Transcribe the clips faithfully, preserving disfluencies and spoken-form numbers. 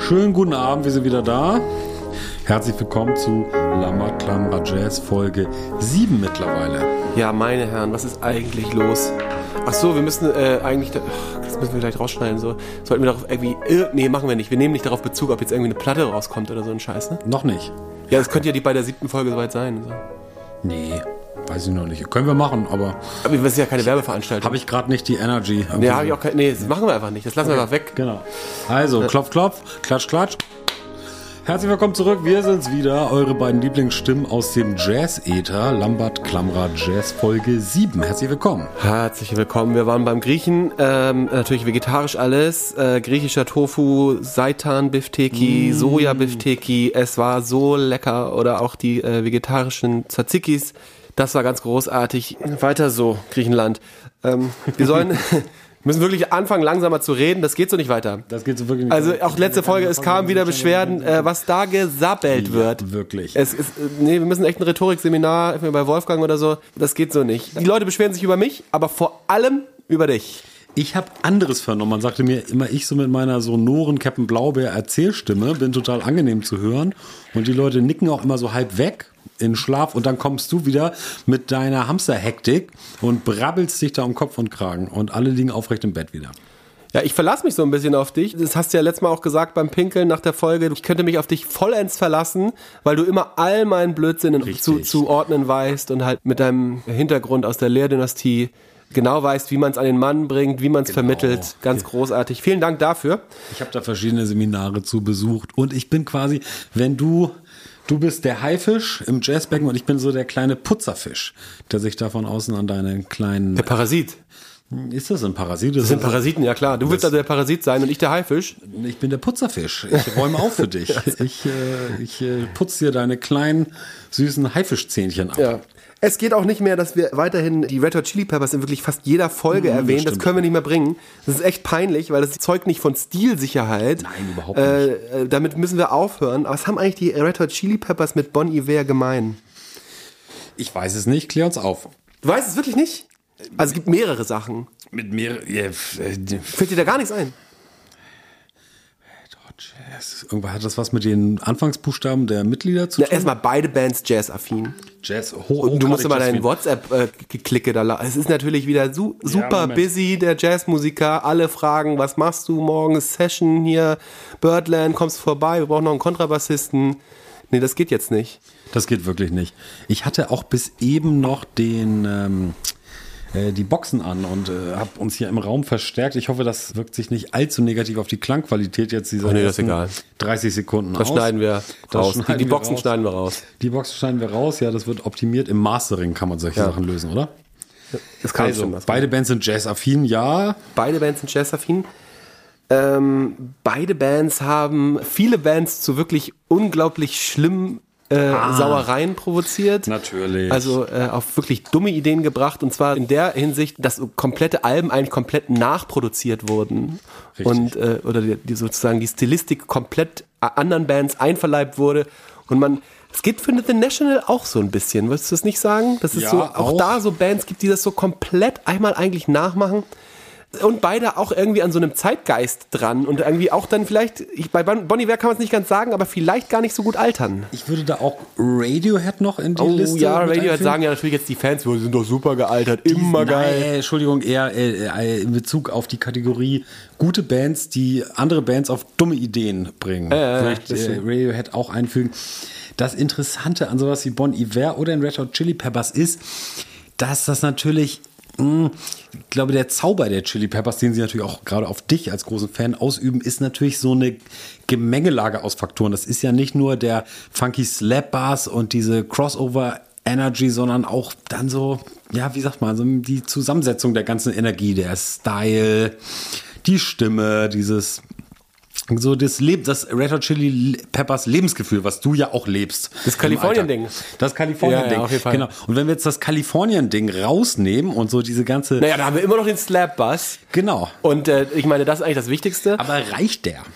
Schönen guten Abend, wir sind wieder da. Herzlich willkommen zu Lambert Klammerer Jazz Folge sieben mittlerweile. Ja, meine Herren, was ist eigentlich los? Ach so, wir müssen äh, eigentlich, da, ach, das müssen wir gleich rausschneiden, so. Sollten wir darauf irgendwie, äh, nee, machen wir nicht. Wir nehmen nicht darauf Bezug, ob jetzt irgendwie eine Platte rauskommt oder so ein Scheiß, ne? Noch nicht. Ja, das könnte ja die bei der siebten Folge soweit sein. So. Nee, weiß ich noch nicht. Können wir machen, aber... Aber wir sind ja keine Werbeveranstaltung. Habe ich gerade nicht die Energy. Nee, habe ich auch keine, nee, das machen wir einfach nicht. Das lassen okay. wir einfach weg. Genau. Also, klopf, klopf, klatsch, klatsch. Herzlich willkommen zurück, wir sind's wieder, eure beiden Lieblingsstimmen aus dem Jazz-Äther, Lambert Klammerer Jazz Folge sieben. Herzlich willkommen. Herzlich willkommen, wir waren beim Griechen, ähm, natürlich vegetarisch alles, äh, griechischer Tofu, Seitan-Bifteki, mm. Soja-Bifteki, es war so lecker, oder auch die äh, vegetarischen Tzatzikis, das war ganz großartig. Weiter so, Griechenland. Ähm, wir sollen... Wir müssen wirklich anfangen, langsamer zu reden. Das geht so nicht weiter. Das geht so wirklich nicht Also weiter. auch letzte Folge, es kamen wieder Beschwerden, äh, was da gesabbelt wird. Ja, wirklich. Es ist, nee, wir müssen echt ein Rhetorikseminar bei Wolfgang oder so. Das geht so nicht. Die Leute beschweren sich über mich, aber vor allem über dich. Ich habe anderes vernommen. Man sagte mir immer, ich so mit meiner sonoren Captain Blaubeer Erzählstimme bin total angenehm zu hören. Und die Leute nicken auch immer so halb weg in Schlaf. Und dann kommst du wieder mit deiner Hamsterhektik und brabbelst dich da um Kopf und Kragen. Und alle liegen aufrecht im Bett wieder. Ja, ich verlasse mich so ein bisschen auf dich. Das hast du ja letztes Mal auch gesagt beim Pinkeln nach der Folge. Ich könnte mich auf dich vollends verlassen, weil du immer all meinen Blödsinn zu, zu ordnen weißt und halt mit deinem Hintergrund aus der Lehr-Dynastie genau weißt, wie man es an den Mann bringt, wie man es genau. vermittelt. Ganz großartig. Vielen Dank dafür. Ich habe da verschiedene Seminare zu besucht und ich bin quasi, wenn du, du bist der Haifisch im Jazzbecken und ich bin so der kleine Putzerfisch, der sich da von außen an deine kleinen... Der Parasit. Ist das ein Parasit? Das, das sind Parasiten, ja klar. Du willst also der Parasit sein und ich der Haifisch. Ich bin der Putzerfisch. Ich räume auf für dich. Ich, äh, ich äh, putze dir deine kleinen, süßen Haifischzähnchen ab. Ja. Es geht auch nicht mehr, dass wir weiterhin die Red Hot Chili Peppers in wirklich fast jeder Folge mhm, erwähnen. Das, das können wir nicht mehr bringen. Das ist echt peinlich, weil das zeugt nicht von Stilsicherheit. Nein, überhaupt nicht. Äh, damit müssen wir aufhören. Aber was haben eigentlich die Red Hot Chili Peppers mit Bon Iver gemein? Ich weiß es nicht. Klär uns auf. Du weißt es wirklich nicht? Also es gibt mehrere Sachen. Mit mehreren... Ja, fällt dir da gar nichts ein? Jazz. Irgendwann hat das was mit den Anfangsbuchstaben der Mitglieder zu tun? Ja, erstmal beide Bands jazz-affin. Jazz, hoch, Und du musst immer deinen WhatsApp-Geklicke da lassen. Es ist natürlich wieder su- super ja, busy, der Jazzmusiker. Alle fragen, was machst du morgen? Session hier, Birdland, kommst vorbei, wir brauchen noch einen Kontrabassisten. Nee, das geht jetzt nicht. Das geht wirklich nicht. Ich hatte auch bis eben noch den... Ähm die Boxen an und äh, habe uns hier im Raum verstärkt. Ich hoffe, das wirkt sich nicht allzu negativ auf die Klangqualität jetzt dieser oh nee, das ist egal. dreißig Sekunden das aus. Schneiden wir das raus. schneiden die die wir Boxen raus. schneiden wir raus. Die Boxen schneiden wir raus. Ja, das wird optimiert. Im Mastering kann man solche ja. Sachen lösen, oder? Das kann also, schon was beide Bands sind jazz-affin, ja. Beide Bands sind jazz-affin. Ähm, beide Bands haben viele Bands zu wirklich unglaublich schlimmen Äh, ah, Sauereien provoziert. Natürlich. Also äh, auf wirklich dumme Ideen gebracht. Und zwar in der Hinsicht, dass komplette Alben eigentlich komplett nachproduziert wurden. Richtig. Und äh, oder die, die sozusagen die Stilistik komplett anderen Bands einverleibt wurde. Und man, es geht für The National auch so ein bisschen. Wolltest du das nicht sagen? Dass es ja, so auch, auch da so Bands gibt, die das so komplett einmal eigentlich nachmachen. Und beide auch irgendwie an so einem Zeitgeist dran und irgendwie auch dann vielleicht, ich, bei Bon Iver kann man es nicht ganz sagen, aber vielleicht gar nicht so gut altern. Ich würde da auch Radiohead noch in die oh, Liste ja, Radiohead einführen. Sagen ja natürlich jetzt die Fans, die sind doch super gealtert, immer die, geil. Nein, Entschuldigung, eher äh, in Bezug auf die Kategorie gute Bands, die andere Bands auf dumme Ideen bringen. Äh, Vielleicht äh, Radiohead auch einfügen. Das Interessante an sowas wie Bon Iver oder in Red Hot Chili Peppers ist, dass das natürlich... Ich glaube, der Zauber der Chili Peppers, den sie natürlich auch gerade auf dich als großen Fan ausüben, ist natürlich so eine Gemengelage aus Faktoren. Das ist ja nicht nur der funky Slap Bass und diese Crossover Energy, sondern auch dann so, ja, wie sagt man, so die Zusammensetzung der ganzen Energie, der Style, die Stimme, dieses so das Leben, das Red Hot Chili Peppers Lebensgefühl, was du ja auch lebst. Das Kalifornien-Ding. Das Kalifornien-Ding. Ja, ja, auf jeden Fall. Genau. Und wenn wir jetzt das Kalifornien-Ding rausnehmen und so diese ganze... Naja, da haben wir immer noch den Slap-Bass. Genau. Und äh, ich meine, das ist eigentlich das Wichtigste. Aber reicht der?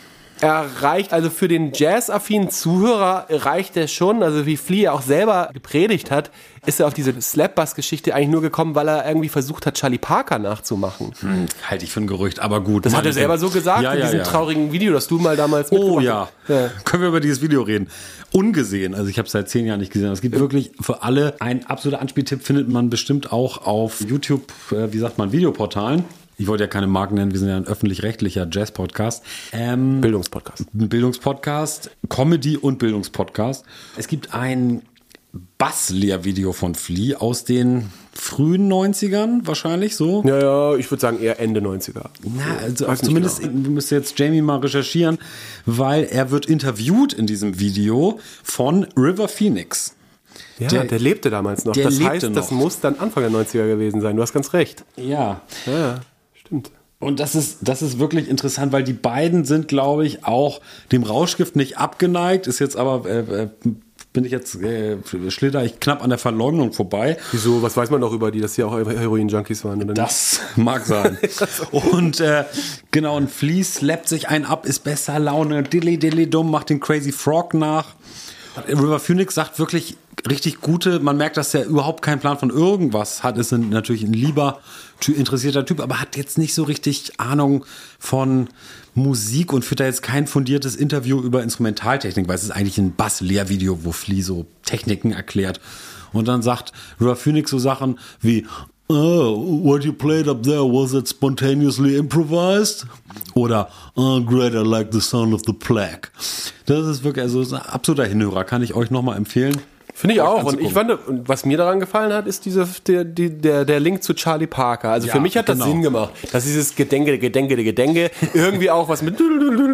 Er reicht, also für den jazzaffinen Zuhörer reicht er schon, also wie Flea auch selber gepredigt hat, ist er auf diese Slapbass-Geschichte eigentlich nur gekommen, weil er irgendwie versucht hat, Charlie Parker nachzumachen. Hm, halte ich für ein Gerücht, aber gut. Das hat er selber so gesagt ja, in ja, diesem ja. traurigen Video, das du mal damals Oh mitgemacht ja. hast. Ja. Können wir über dieses Video reden? Ungesehen, also ich habe es seit zehn Jahren nicht gesehen. Es gibt wirklich für alle ein absoluter Anspieltipp, findet man bestimmt auch auf YouTube, äh, wie sagt man, Videoportalen. Ich wollte ja keine Marken nennen, wir sind ja ein öffentlich-rechtlicher Jazz-Podcast. Ähm, Bildungspodcast. Ein Bildungspodcast, Comedy- und Bildungspodcast. Es gibt ein Basslehrvideo von Flea aus den frühen neunzigern, wahrscheinlich so. Ja, ja, ich würde sagen eher Ende neunziger. Na, also Weiß nicht zumindest, genau. du müsst jetzt Jamie mal recherchieren, weil er wird interviewt in diesem Video von River Phoenix. Ja, Der- der, lebte damals noch. der Das lebte heißt, noch. das muss dann Anfang der neunziger gewesen sein. Du hast ganz recht. Ja. Ja, ja, stimmt. Und das ist, das ist wirklich interessant, weil die beiden sind, glaube ich, auch dem Rauschgift nicht abgeneigt. Ist jetzt aber, äh, äh, bin ich jetzt, äh, schlitter ich knapp an der Verleugnung vorbei. Wieso, was weiß man noch über die, dass die auch Heroin-Junkies waren? Oder nicht? Das mag sein. Und äh, genau, und Flea slappt sich einen ab, ist besser Laune, dilly dilly dumm, macht den Crazy Frog nach. River Phoenix sagt wirklich richtig gute, man merkt, dass er überhaupt keinen Plan von irgendwas hat, ist ein, natürlich ein lieber, ty- interessierter Typ, aber hat jetzt nicht so richtig Ahnung von Musik und führt da jetzt kein fundiertes Interview über Instrumentaltechnik, weil es ist eigentlich ein Bass-Lehrvideo, wo Flea so Techniken erklärt. Und dann sagt River Phoenix so Sachen wie, oh, what you played up there, was it spontaneously improvised? Oder, oh, great, I like the sound of the plaque. Das ist wirklich, also ist ein absoluter Hinhörer, kann ich euch nochmal empfehlen. Finde ich Euch auch. Und ich anzugucken. fand, und was mir daran gefallen hat, ist diese, der, die, der, der Link zu Charlie Parker. Also Ja, für mich hat das genau. Sinn gemacht, dass dieses Gedenke, Gedenke, Gedenke irgendwie auch was mit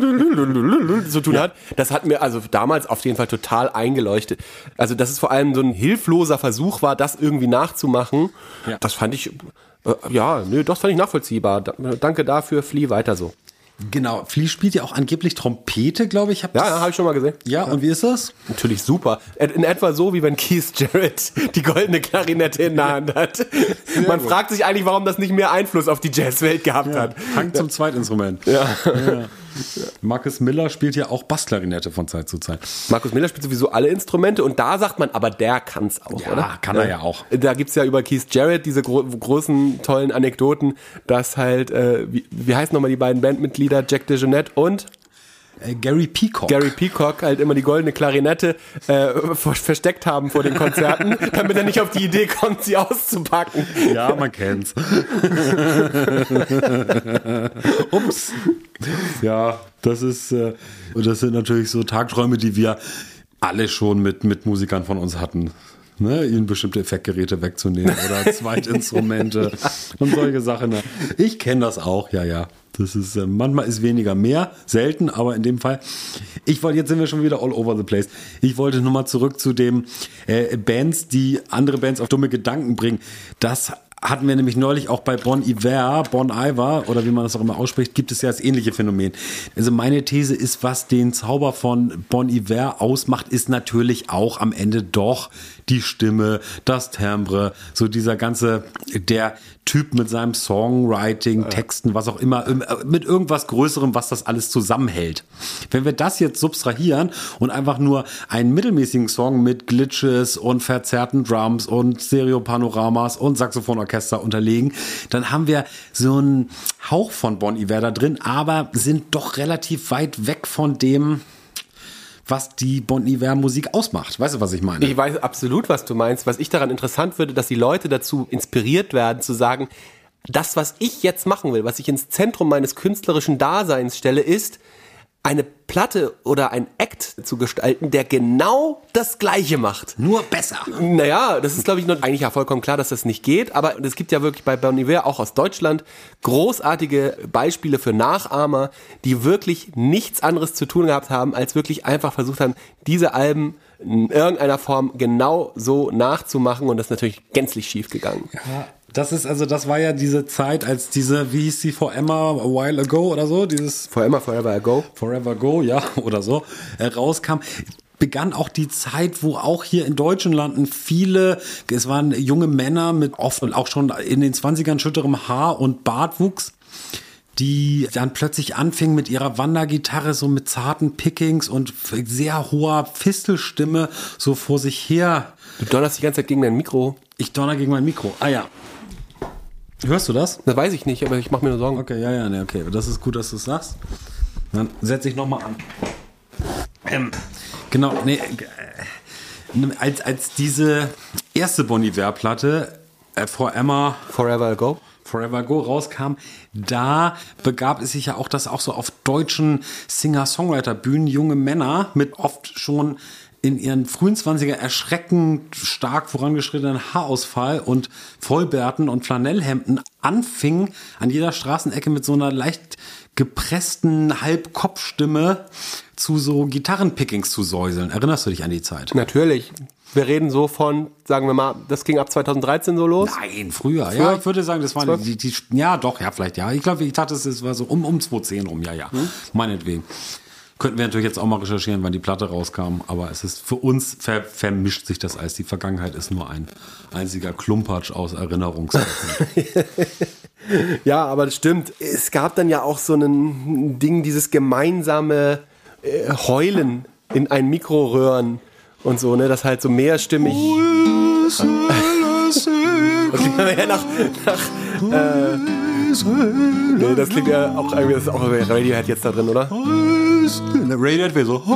zu tun hat. Das hat mir also damals auf jeden Fall total eingeleuchtet. Also dass es vor allem so ein hilfloser Versuch war, das irgendwie nachzumachen. Ja. Das fand ich, äh, ja, nö, das fand ich nachvollziehbar. Da, danke dafür, Flea weiter so. Genau, Flea spielt ja auch angeblich Trompete, glaube ich. Hab Ja, das- ja habe ich schon mal gesehen. ja, und wie ist das? Natürlich super. In etwa so, wie wenn Keith Jarrett die goldene Klarinette in der Hand hat. Man gut. fragt sich eigentlich, warum das nicht mehr Einfluss auf die Jazzwelt gehabt Ja, hat. Hang zum Zweitinstrument. Ja. Ja. Marcus Miller spielt ja auch Bassklarinette von Zeit zu Zeit. Marcus Miller spielt sowieso alle Instrumente und da sagt man, aber der kann's auch, Ja, oder? kann er ja auch. Da gibt's ja über Keith Jarrett diese gro großen, tollen Anekdoten, dass halt, äh, wie, wie heißen nochmal die beiden Bandmitglieder, Jack DeJohnette und Äh, Gary Peacock. Gary Peacock halt immer die goldene Klarinette äh, ver versteckt haben vor den Konzerten, damit er nicht auf die Idee kommt, sie auszupacken. Ja, man kennt's. Ups. Ja, das ist, äh, und das sind natürlich so Tagträume, die wir alle schon mit, mit Musikern von uns hatten. Ne, ihnen bestimmte Effektgeräte wegzunehmen oder Zweitinstrumente und solche Sachen. Ich kenne das auch, ja, ja. Das ist, äh, manchmal ist weniger mehr, selten, aber in dem Fall. Ich wollte, jetzt sind wir schon wieder all over the place. Ich wollte nochmal zurück zu dem äh, Bands, die andere Bands auf dumme Gedanken bringen. Das hatten wir nämlich neulich auch bei Bon Iver, Bon Iver, oder wie man das auch immer ausspricht, gibt es ja das ähnliche Phänomen. Also meine These ist, was den Zauber von Bon Iver ausmacht, ist natürlich auch am Ende doch die Stimme, das Timbre, so dieser ganze, der Typ mit seinem Songwriting, Texten, was auch immer, mit irgendwas Größerem, was das alles zusammenhält. Wenn wir das jetzt subtrahieren und einfach nur einen mittelmäßigen Song mit Glitches und verzerrten Drums und Stereo-Panoramas und Saxophorchester unterlegen, dann haben wir so einen Hauch von Bon Iver da drin, aber sind doch relativ weit weg von dem, was die Bon Iver Musik ausmacht. Weißt du, was ich meine? Ich weiß absolut, was du meinst. Was ich daran interessant finde, dass die Leute dazu inspiriert werden, zu sagen, das, was ich jetzt machen will, was ich ins Zentrum meines künstlerischen Daseins stelle, ist, eine Platte oder ein Act zu gestalten, der genau das Gleiche macht. Nur besser. Naja, das ist, glaube ich, noch eigentlich ja vollkommen klar, dass das nicht geht, aber es gibt ja wirklich bei Bon Iver, auch aus Deutschland, großartige Beispiele für Nachahmer, die wirklich nichts anderes zu tun gehabt haben, als wirklich einfach versucht haben, diese Alben in irgendeiner Form genau so nachzumachen, und das ist natürlich gänzlich schief gegangen. Ja, das ist also, das war ja diese Zeit, als diese, wie hieß sie, For Emma a While Ago oder so, dieses Forever, Forever Ago. Forever Go, ja, oder so, äh, rauskam, begann auch die Zeit, wo auch hier in deutschen Landen viele, es waren junge Männer mit oft und auch schon in den zwanzigern schütterem Haar und Bartwuchs, die dann plötzlich anfing mit ihrer Wandergitarre so mit zarten Pickings und sehr hoher Fistelstimme so vor sich her. Du donnerst die ganze Zeit gegen dein Mikro. Ich donner gegen mein Mikro. Ah ja. Hörst du das? Das weiß ich nicht, aber ich mache mir nur Sorgen. Okay, ja, ja, ne, okay. Das ist gut, dass du es sagst. Dann setze ich nochmal an. Ähm, genau, nee, äh, als, als diese erste Bon Iver-Platte äh, Forever, Forever Ago. Forever Ago rauskam, da begab es sich ja auch, dass auch so auf deutschen Singer-Songwriter-Bühnen junge Männer mit oft schon in ihren frühen Zwanziger erschreckend stark vorangeschrittenen Haarausfall und Vollbärten und Flanellhemden anfingen, an jeder Straßenecke mit so einer leicht gepressten Halbkopfstimme zu so Gitarrenpickings zu säuseln. Erinnerst du dich an die Zeit? Natürlich. Wir reden so von, sagen wir mal, das ging ab zwanzig dreizehn so los? Nein, früher. früher? Ja, ich würde sagen, das waren die, die, ja doch, ja, vielleicht, ja. Ich glaube, ich dachte, es war so um, um zwanzig zehn rum, ja, ja. Hm? Meinetwegen. Könnten wir natürlich jetzt auch mal recherchieren, wann die Platte rauskam, aber es ist für uns ver, vermischt sich das Eis. Die Vergangenheit ist nur ein einziger Klumpatsch aus Erinnerungswerten. Ja, aber das stimmt. Es gab dann ja auch so ein Ding, dieses gemeinsame äh, Heulen in ein Mikro röhren und so, ne, das halt so mehrstimmig. Das klingt ja nach, nach äh, nee, das klingt ja auch irgendwie, das ist auch Radiohead jetzt da drin, oder? Radiohead wäre so.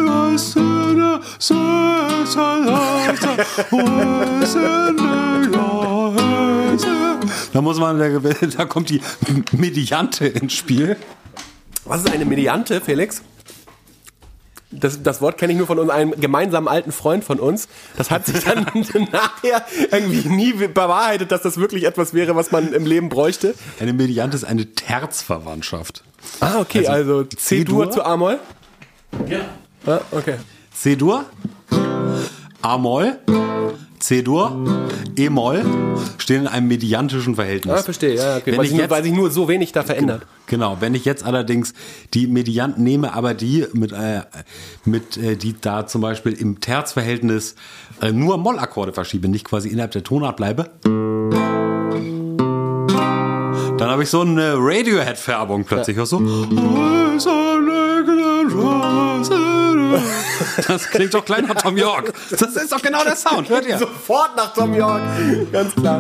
Da muss man, da kommt die Mediante ins Spiel. Was ist eine Mediante, Felix? Das, das Wort kenne ich nur von einem gemeinsamen alten Freund von uns. Das hat sich dann nachher irgendwie nie bewahrheitet, dass das wirklich etwas wäre, was man im Leben bräuchte. Eine Mediante ist eine Terzverwandtschaft. Ah, okay, also, also C-Dur zu A-Moll? Ja. Ah, okay. C-Dur, A-Moll, C-Dur, E-Moll stehen in einem mediantischen Verhältnis. Ah, verstehe, ja, okay. Wenn weil, ich sich jetzt, nur, weil sich nur so wenig da verändert. Genau, wenn ich jetzt allerdings die Medianten nehme, aber die mit, äh, mit äh, die da zum Beispiel im Terzverhältnis äh, nur Mollakkorde verschiebe, nicht quasi innerhalb der Tonart bleibe, dann habe ich so eine Radiohead-Färbung plötzlich. Ja. Hörst du? Das klingt doch gleich nach Tom York. Das ist doch genau der Sound, hört ihr? Sofort nach Tom York, ganz klar.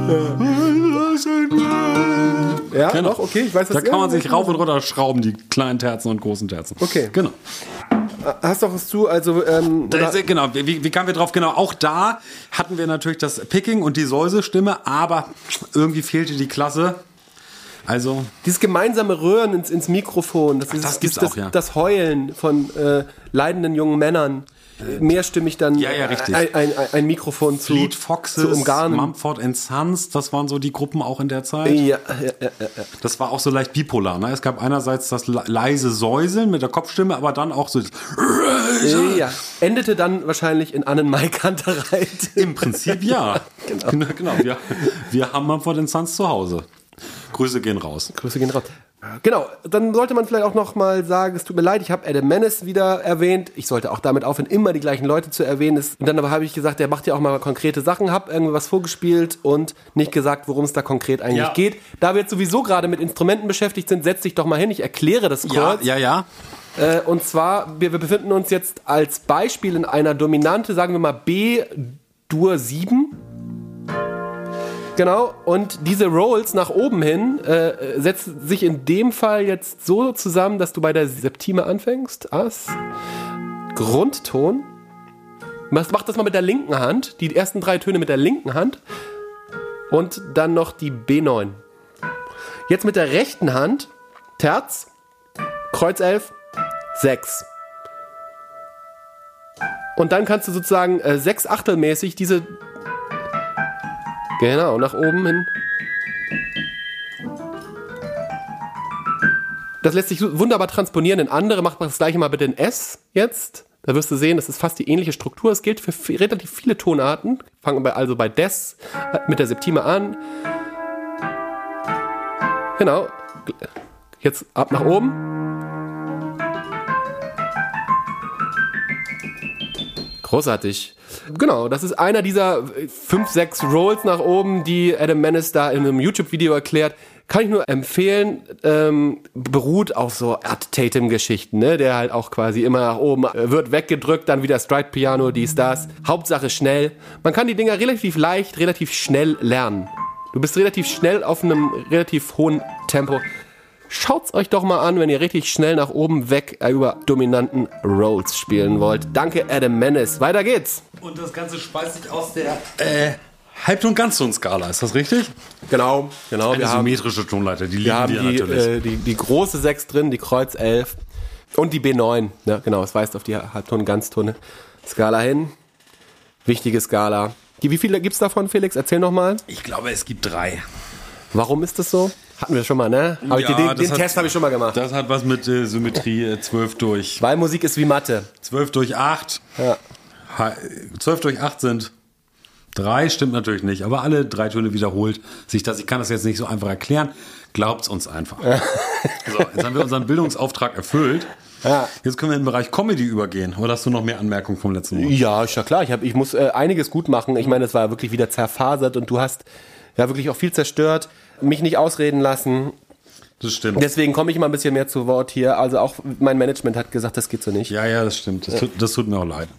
Ja, ja genau. Doch, okay, ich weiß, was da kann man sich rauf und runter schrauben, die kleinen Terzen und großen Terzen. Okay. Genau. Hast doch was zu, also... Ähm, das, genau, wie, wie kamen wir drauf? Genau, auch da hatten wir natürlich das Picking und die Säusestimme, aber irgendwie fehlte die Klasse. Also dieses gemeinsame Röhren ins, ins Mikrofon, das, Ach, ist, das, gibt's das, auch, ja. das Heulen von äh, leidenden jungen Männern, äh, mehrstimmig dann ja, ja, richtig. Ein, ein, ein Mikrofon zu, Fleet Foxes, zu umgarnen. Mumford and Sons, das waren so die Gruppen auch in der Zeit. Ja, ja, ja, ja. Das war auch so leicht bipolar. Ne? Es gab einerseits das leise Säuseln mit der Kopfstimme, aber dann auch so... Ja, endete dann wahrscheinlich in Annen-Mai-Kantereit. Im Prinzip ja. Genau, genau. Wir, wir haben Mumford and Sons zu Hause. Grüße gehen raus. Grüße gehen raus. Genau, dann sollte man vielleicht auch noch mal sagen, es tut mir leid, ich habe Adam Menace wieder erwähnt. Ich sollte auch damit aufhören, immer die gleichen Leute zu erwähnen. Und dann aber habe ich gesagt, der macht ja auch mal konkrete Sachen, habe irgendwas vorgespielt und nicht gesagt, worum es da konkret eigentlich ja. geht. Da wir jetzt sowieso gerade mit Instrumenten beschäftigt sind, setz dich doch mal hin, ich erkläre das kurz. Ja, ja, ja. Äh, und zwar, wir, wir befinden uns jetzt als Beispiel in einer Dominante, sagen wir mal B-Dur sieben. Genau, und diese Rolls nach oben hin äh, setzen sich in dem Fall jetzt so zusammen, dass du bei der Septime anfängst. Ass, Grundton. Mach das mal mit der linken Hand, die ersten drei Töne mit der linken Hand und dann noch die B neun. Jetzt mit der rechten Hand Terz, Kreuz elf, sechs. Und dann kannst du sozusagen äh, sechs Achtelmäßig diese... Genau, nach oben hin. Das lässt sich wunderbar transponieren in andere. Macht man das gleiche mal bitte in S jetzt. Da wirst du sehen, das ist fast die ähnliche Struktur. Es gilt für relativ viele Tonarten. Fangen wir also bei Des mit der Septime an. Genau. Jetzt ab nach oben. Großartig. Genau, das ist einer dieser fünf, sechs Rolls nach oben, die Adam Menace da in einem YouTube-Video erklärt. Kann ich nur empfehlen, ähm, beruht auf so Art Tatum-Geschichten, ne? Der halt auch quasi immer nach oben äh, wird weggedrückt, dann wieder Stride-Piano, dies, das. Hauptsache schnell. Man kann die Dinger relativ leicht, relativ schnell lernen. Du bist relativ schnell auf einem relativ hohen Tempo. Schaut's euch doch mal an, wenn ihr richtig schnell nach oben weg äh, über dominanten Rolls spielen wollt. Danke, Adam Menace. Weiter geht's. Und das Ganze speist sich aus der äh, Halbton- und Ganzton-Skala, ist das richtig? Genau, genau. Eine wir haben, symmetrische Tonleiter, die wir liegen haben dir die, natürlich. äh, die, die große sechs drin, die Kreuz elf und die B neun. Ja, genau, es weist auf die Halbton- und Ganzton-Skala hin. Wichtige Skala. Wie viele gibt's davon, Felix? Erzähl noch mal. Ich glaube, es gibt drei. Warum ist das so? Hatten wir schon mal, ne? Hab ich, Ja, den das den hat- Test habe ich schon mal gemacht. Das hat was mit äh, Symmetrie äh, zwölf durch. Weil Musik ist wie Mathe. zwölf durch acht. Ja. Ha- zwölf durch acht sind drei, stimmt natürlich nicht, aber alle drei Töne wiederholt sich das. Ich kann das jetzt nicht so einfach erklären. Glaubt's uns einfach. So, jetzt haben wir unseren Bildungsauftrag erfüllt. Ja. Jetzt können wir in den Bereich Comedy übergehen. Oder hast du noch mehr Anmerkungen vom letzten Mal? Ja, ist ja klar. Ich, hab, ich muss äh, einiges gut machen. Ich meine, es war wirklich wieder zerfasert und du hast ja wirklich auch viel zerstört, mich nicht ausreden lassen. Das stimmt. Deswegen komme ich mal ein bisschen mehr zu Wort hier. Also auch mein Management hat gesagt, das geht so nicht. Ja, ja, das stimmt. Das, tut, das tut mir auch leid.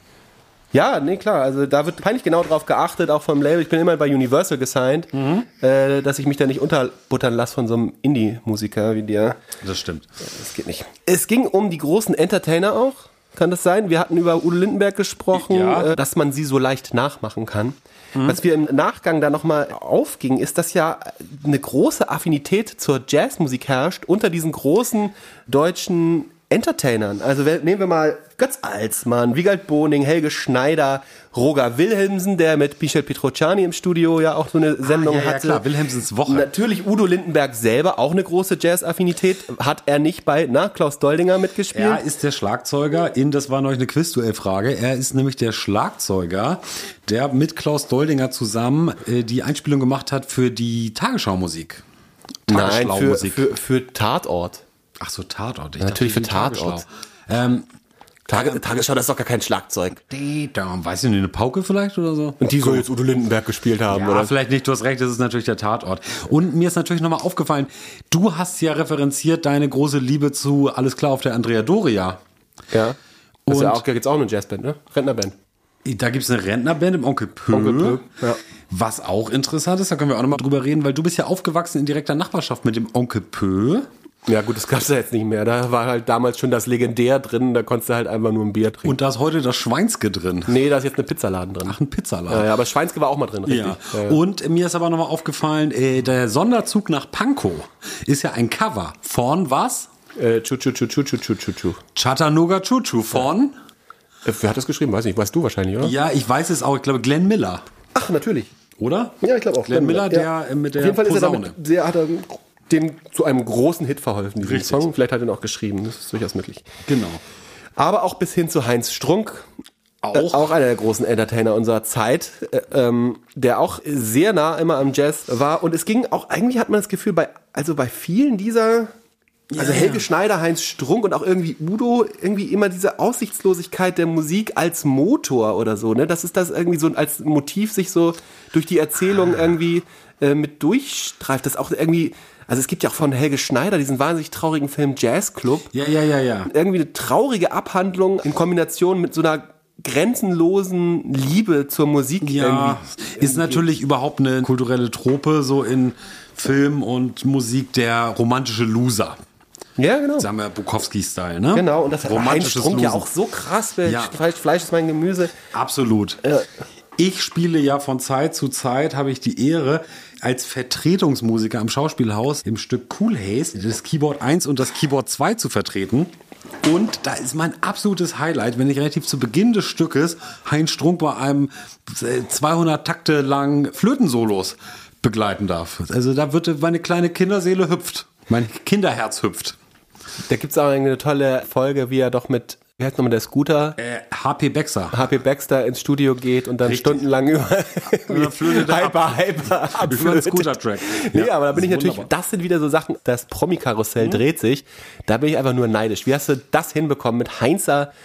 Ja, nee, klar. Also da wird peinlich genau drauf geachtet, auch vom Label. Ich bin immer bei Universal gesigned, Mhm. äh, dass ich mich da nicht unterbuttern lasse von so einem Indie-Musiker wie dir. Das stimmt. Das geht nicht. Es ging um die großen Entertainer auch. Kann das sein? Wir hatten über Udo Lindenberg gesprochen, Ja. äh, dass man sie so leicht nachmachen kann. Was wir im Nachgang da nochmal aufging, ist, dass ja eine große Affinität zur Jazzmusik herrscht unter diesen großen deutschen Entertainern. Also wenn- nehmen wir mal Götz Alsmann, Wiegald Boning, Helge Schneider, Roger Wilhelmsen, der mit Michel Petrociani im Studio ja auch so eine Sendung ja, ja, hatte. klar, Wilhelmsens Woche. Natürlich Udo Lindenberg selber, auch eine große Jazz-Affinität. Hat er nicht bei, na, Klaus Doldinger mitgespielt? Er ist der Schlagzeuger in, das war neulich eine Quizduell-Frage, er ist nämlich der Schlagzeuger, der mit Klaus Doldinger zusammen äh, die Einspielung gemacht hat für die Tagesschau-Musik. Nein, für, Tagesschau-Musik. für, für Tatort. Ach so, Tatort. Ich Natürlich dachte, für Tatort. Tagesschau. Ähm, Tage, Tagesschau, das ist doch gar kein Schlagzeug. da, weiß ich nicht, eine Pauke vielleicht oder so? Und die soll jetzt Udo Lindenberg gespielt haben, Ja, oder? vielleicht nicht, du hast recht, das ist natürlich der Tatort. Und mir ist natürlich nochmal aufgefallen, du hast ja referenziert deine große Liebe zu Alles klar auf der Andrea Doria. Ja. Das ist ja Und- auch, gibt's auch eine Jazzband, ne? Rentnerband. Da gibt's eine Rentnerband im Onkel Pö. Onkel Pö, ja. Was auch interessant ist, da können wir auch nochmal drüber reden, weil du bist ja aufgewachsen in direkter Nachbarschaft mit dem Onkel Pö. Ja gut, das gab's ja jetzt nicht mehr. Da war halt damals schon das Legendär drin, da konntest du halt einfach nur ein Bier trinken. Und da ist heute das Schweinske drin. Nee, da ist jetzt eine Pizzaladen drin. Ach, ein Pizzaladen. Ja, ja, aber Schweinske war auch mal drin, richtig. Ja. Ja, ja. Und mir ist aber nochmal aufgefallen, äh, der Sonderzug nach Pankow ist ja ein Cover von was? Äh, Chu Chu Chu Chu Chu Chu Chu Chu. Chattanooga Choo Choo von? Äh, wer hat das geschrieben? Weiß nicht. Weißt du wahrscheinlich, oder? Ja, ich weiß es auch, ich glaube Glenn Miller, Ach, natürlich. oder? Ja, ich glaube auch. Glenn Miller, der Ja. äh, mit der Auf jeden Fall ist er Posaune. damit, sehr, hat er dem zu einem großen Hit verholfen, diesen Richtig. Song. Vielleicht hat er ihn auch geschrieben, das ist durchaus möglich. Genau. Aber auch bis hin zu Heinz Strunk, Auch? Äh, auch einer der großen Entertainer unserer Zeit, äh, ähm, der auch sehr nah immer am Jazz war. Und es ging auch, eigentlich hat man das Gefühl, bei, also bei vielen dieser, also Ja, Helge ja. Schneider, Heinz Strunk und auch irgendwie Udo, irgendwie immer diese Aussichtslosigkeit der Musik als Motor oder so, ne? Das ist das irgendwie so als Motiv sich so durch die Erzählung irgendwie äh, mit durchstreift. Das auch irgendwie, also es gibt ja auch von Helge Schneider diesen wahnsinnig traurigen Film Jazz Club. Ja, ja, ja, ja. Irgendwie eine traurige Abhandlung in Kombination mit so einer grenzenlosen Liebe zur Musik. Ja, irgendwie. ist natürlich überhaupt eine kulturelle Trope, so in Film und Musik, der romantische Loser. Ja, genau. Sagen wir Bukowski-Style, ne? Genau, und das hat bei Heinz romantisches Strunk ja Losen. auch so krass. Weil Ja. Fleisch, Fleisch ist mein Gemüse. Absolut. Ich spiele ja von Zeit zu Zeit, habe ich die Ehre, als Vertretungsmusiker am Schauspielhaus im Stück Cool Haze das Keyboard eins und das Keyboard zwei zu vertreten. Und da ist mein absolutes Highlight, wenn ich relativ zu Beginn des Stückes Heinz Strunk bei einem zweihundert Takte langen Flötensolos begleiten darf. Also da wird meine kleine Kinderseele hüpft. Mein Kinderherz hüpft. Da gibt es auch eine tolle Folge, wie er doch mit, wie heißt nochmal der Scooter? Äh, H P Baxter. H P Baxter ins Studio geht und dann Richtig. stundenlang über Über Flöte da hyper, hyper Über einen abflötet. Scooter-Track. Nee, Ja, aber da bin ich das ist natürlich, wunderbar. das sind wieder so Sachen, das Promi-Karussell dreht sich, da bin ich einfach nur neidisch. Wie hast du das hinbekommen mit Heinzer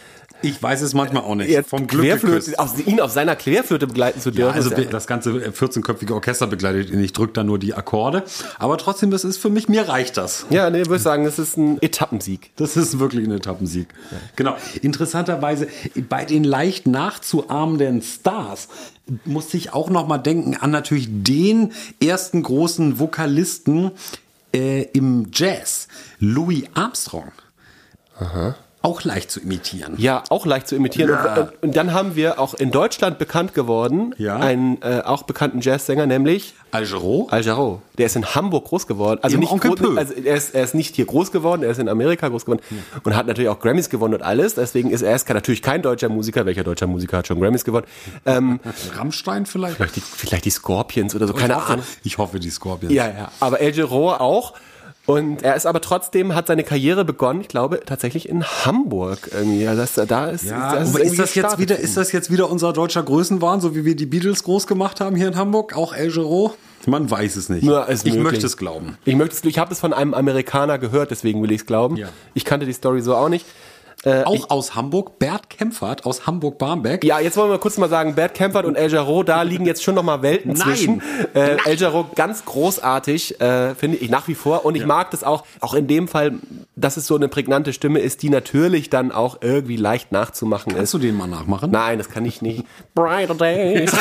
Ich weiß es manchmal auch nicht. Jetzt Vom Glück Querflöte, geküsst. auf, ihn auf seiner Querflöte begleiten zu Ja, dürfen. also ist ja- das ganze vierzehnköpfige Orchester begleitet ihn. Ich drücke da nur die Akkorde. Aber trotzdem, das ist für mich, mir reicht das. ja, nee, würde ich sagen, das ist ein Etappensieg. Das ist wirklich ein Etappensieg. Ja. Genau. Interessanterweise, bei den leicht nachzuahmenden Stars musste ich auch noch mal denken an natürlich den ersten großen Vokalisten äh, im Jazz, Louis Armstrong. Aha. Auch leicht zu imitieren. Ja, auch leicht zu imitieren. Ja. Und, und dann haben wir auch in Deutschland bekannt geworden, Ja. einen äh, auch bekannten Jazzsänger, nämlich Al Jarreau. Al Jarreau. Der ist in Hamburg groß geworden. Also Im nicht Onkel groß, Pö. also er ist, er ist nicht hier groß geworden, er ist in Amerika groß geworden und hat natürlich auch Grammys gewonnen und alles. Deswegen ist er ist natürlich kein deutscher Musiker. Welcher deutscher Musiker hat schon Grammys gewonnen? Ähm, Rammstein vielleicht? vielleicht, die, vielleicht die Scorpions oder so, keine ich hoffe, Ahnung. Ich hoffe, die Scorpions. Ja, ja. Aber Al Jarreau auch. Und er ist aber trotzdem, hat seine Karriere begonnen, ich glaube, tatsächlich in Hamburg irgendwie. Also das, da ist, Ja, das ist, irgendwie ist das jetzt gestartet. wieder, ist das jetzt wieder unser deutscher Größenwahn, so wie wir die Beatles groß gemacht haben hier in Hamburg? Auch Al Jarreau? Man weiß es nicht. Ja, ist ich möglich. möchte es glauben. Ich möchte es, ich habe es von einem Amerikaner gehört, deswegen will ich es glauben. Ja. Ich kannte die Story so auch nicht. Äh, Auch ich, aus Hamburg, Bert Kempfert aus Hamburg-Barmbek. ja, jetzt wollen wir mal kurz mal sagen, Bert Kempfert und Al Jarreau, da liegen jetzt schon noch mal Welten Nein. zwischen. Äh, Al Jarreau ganz großartig, äh, finde ich nach wie vor. Und ich Ja. mag das auch, auch in dem Fall, dass es so eine prägnante Stimme ist, die natürlich dann auch irgendwie leicht nachzumachen Kannst ist. du den mal nachmachen? Nein, das kann ich nicht. Brighter Days.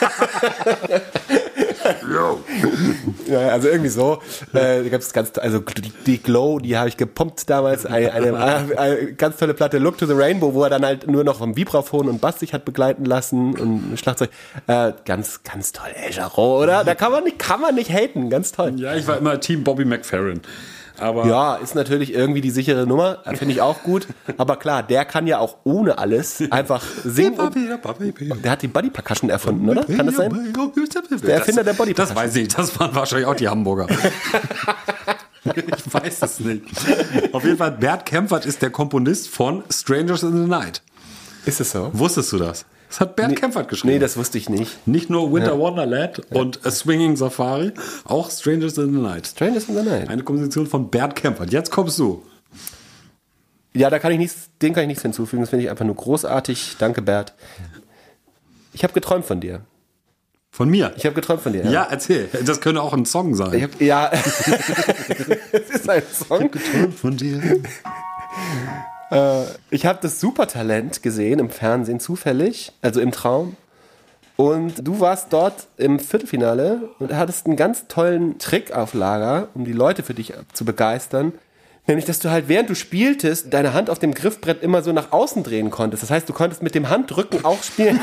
Ja, also irgendwie so. Äh, da gab's ganz, also die, die Glow, die habe ich gepumpt damals. Eine, eine, eine ganz tolle Platte, Look to the Rainbow, wo er dann halt nur noch vom Vibraphon und Bass sich hat begleiten lassen und Schlagzeug. Äh, ganz, ganz toll, Al Jarreau, oder? Da kann man nicht, kann man nicht haten. Ganz toll. Ja, ich war immer Team Bobby McFerrin. Aber Ja, ist natürlich irgendwie die sichere Nummer, finde ich auch gut. Aber klar, der kann ja auch ohne alles einfach singen. Und der hat die Body Percussion erfunden, oder? Kann das sein? Der Erfinder der Body Das Percussion. weiß ich nicht. Das waren wahrscheinlich auch die Hamburger. Ich weiß es nicht. Auf jeden Fall, Bert Kempfert ist der Komponist von Strangers in the Night. Ist es so? Wusstest du das? Das hat Bert Kempfert geschrieben. Nee, das wusste ich nicht. Nicht nur Winter Wonderland und A Swinging Safari, auch Strangers in the Night. Strangers in the Night. Eine Komposition von Bert Kempfert. Jetzt kommst du. Ja, da kann ich nichts, den kann ich nichts hinzufügen. Das finde ich einfach nur großartig. Danke, Bert. Ich habe geträumt von dir. Von mir. Ich habe geträumt von dir. Ja, erzähl. Das könnte auch ein Song sein. Ich hab, ja. Es ist ein Song. geträumt von dir. Ich habe das Supertalent gesehen im Fernsehen zufällig, also im Traum. Und du warst dort im Viertelfinale und hattest einen ganz tollen Trick auf Lager, um die Leute für dich zu begeistern. Nämlich, dass du halt, während du spieltest, deine Hand auf dem Griffbrett immer so nach außen drehen konntest. Das heißt, du konntest mit dem Handrücken auch spielen.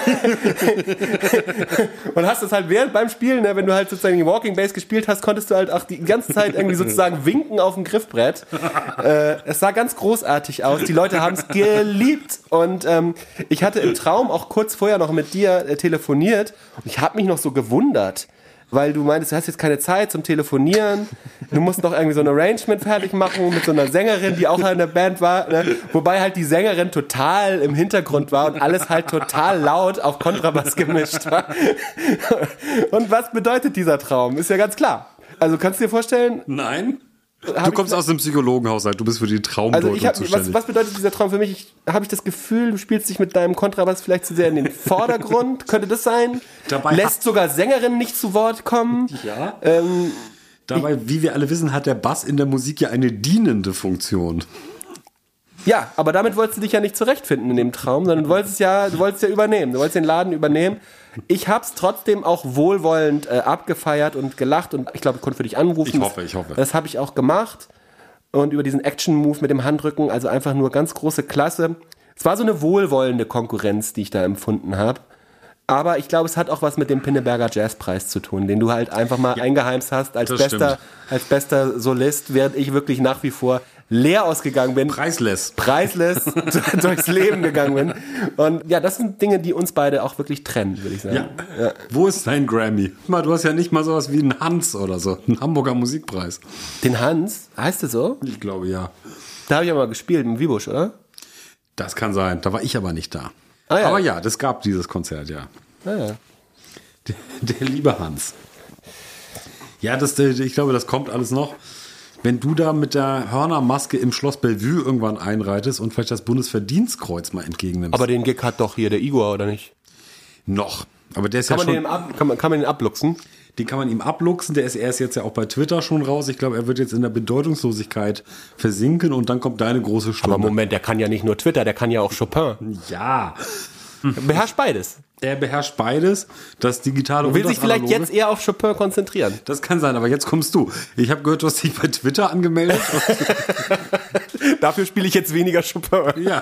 Und hast das halt während beim Spielen, ne, wenn du halt sozusagen die Walking Bass gespielt hast, konntest du halt auch die ganze Zeit irgendwie sozusagen winken auf dem Griffbrett. Äh, es sah ganz großartig aus. Die Leute haben es geliebt. Und ähm, ich hatte im Traum auch kurz vorher noch mit dir äh, telefoniert. Und ich habe mich noch so gewundert, weil du meintest, du hast jetzt keine Zeit zum Telefonieren, du musst noch irgendwie so ein Arrangement fertig machen mit so einer Sängerin, die auch in der Band war, ne? Wobei halt die Sängerin total im Hintergrund war und alles halt total laut auf Kontrabass gemischt war. Und was bedeutet dieser Traum? Ist ja ganz klar. Also kannst du dir vorstellen... Nein. Hab Du kommst ich- aus dem Psychologenhaushalt, du bist für die Traumdeutung Also ich hab, zuständig. was, was bedeutet dieser Traum für mich? Ich, habe ich das Gefühl, du spielst dich mit deinem Kontrabass vielleicht zu sehr in den Vordergrund? Könnte das sein? Dabei Lässt sogar Sängerinnen nicht zu Wort kommen? Ja. Ähm, Dabei, wie wir alle wissen, hat der Bass in der Musik ja eine dienende Funktion. Ja, aber damit wolltest du dich ja nicht zurechtfinden in dem Traum, sondern du wolltest ja, du wolltest ja übernehmen, du wolltest den Laden übernehmen. Ich hab's trotzdem auch wohlwollend äh, abgefeiert und gelacht und ich glaube, ich konnte für dich anrufen. Ich hoffe, ich hoffe. Das habe ich auch gemacht und über diesen Action-Move mit dem Handrücken, also einfach nur ganz große Klasse. Es war so eine wohlwollende Konkurrenz, die ich da empfunden habe. Aber ich glaube, es hat auch was mit dem Pinneberger Jazzpreis zu tun, den du halt einfach mal eingeheimst hast als das bester, stimmt. als bester Solist, während ich wirklich nach wie vor leer ausgegangen bin. Preisles. Preisles durchs Leben gegangen bin. Und ja, das sind Dinge, die uns beide auch wirklich trennen, würde ich sagen. Ja. Wo ist dein Grammy? Mal, du hast ja nicht mal sowas wie einen Hans oder so, einen Hamburger Musikpreis. Den Hans, heißt es so? Ich glaube, ja. Da habe ich ja mal gespielt im Wibusch, oder? Das kann sein. Da war ich aber nicht da. Ah, ja. Aber ja, das gab dieses Konzert, ja. Naja. Der, der liebe Hans. Ja, das, ich glaube, das kommt alles noch. wenn du da mit der Hörnermaske im Schloss Bellevue irgendwann einreitest und vielleicht das Bundesverdienstkreuz mal entgegennimmst. Aber den Gig hat doch hier der Igor, oder nicht? Noch. Aber der ist Kann, ja man, schon, den ab, kann, man, kann man den abluchsen? den kann man ihm abluchsen. Der ist erst jetzt ja auch bei Twitter schon raus. Ich glaube, er wird jetzt in der Bedeutungslosigkeit versinken und dann kommt deine große Stunde. Aber Moment, der kann ja nicht nur Twitter, der kann ja auch Chopin. Ja. Er beherrscht beides. Er beherrscht beides, das Digitale Und will und das sich vielleicht Analoge. jetzt eher auf Chopin konzentrieren. Das kann sein, aber jetzt kommst du. Ich habe gehört, du hast dich bei Twitter angemeldet. Dafür spiele ich jetzt weniger Chopin. Ja.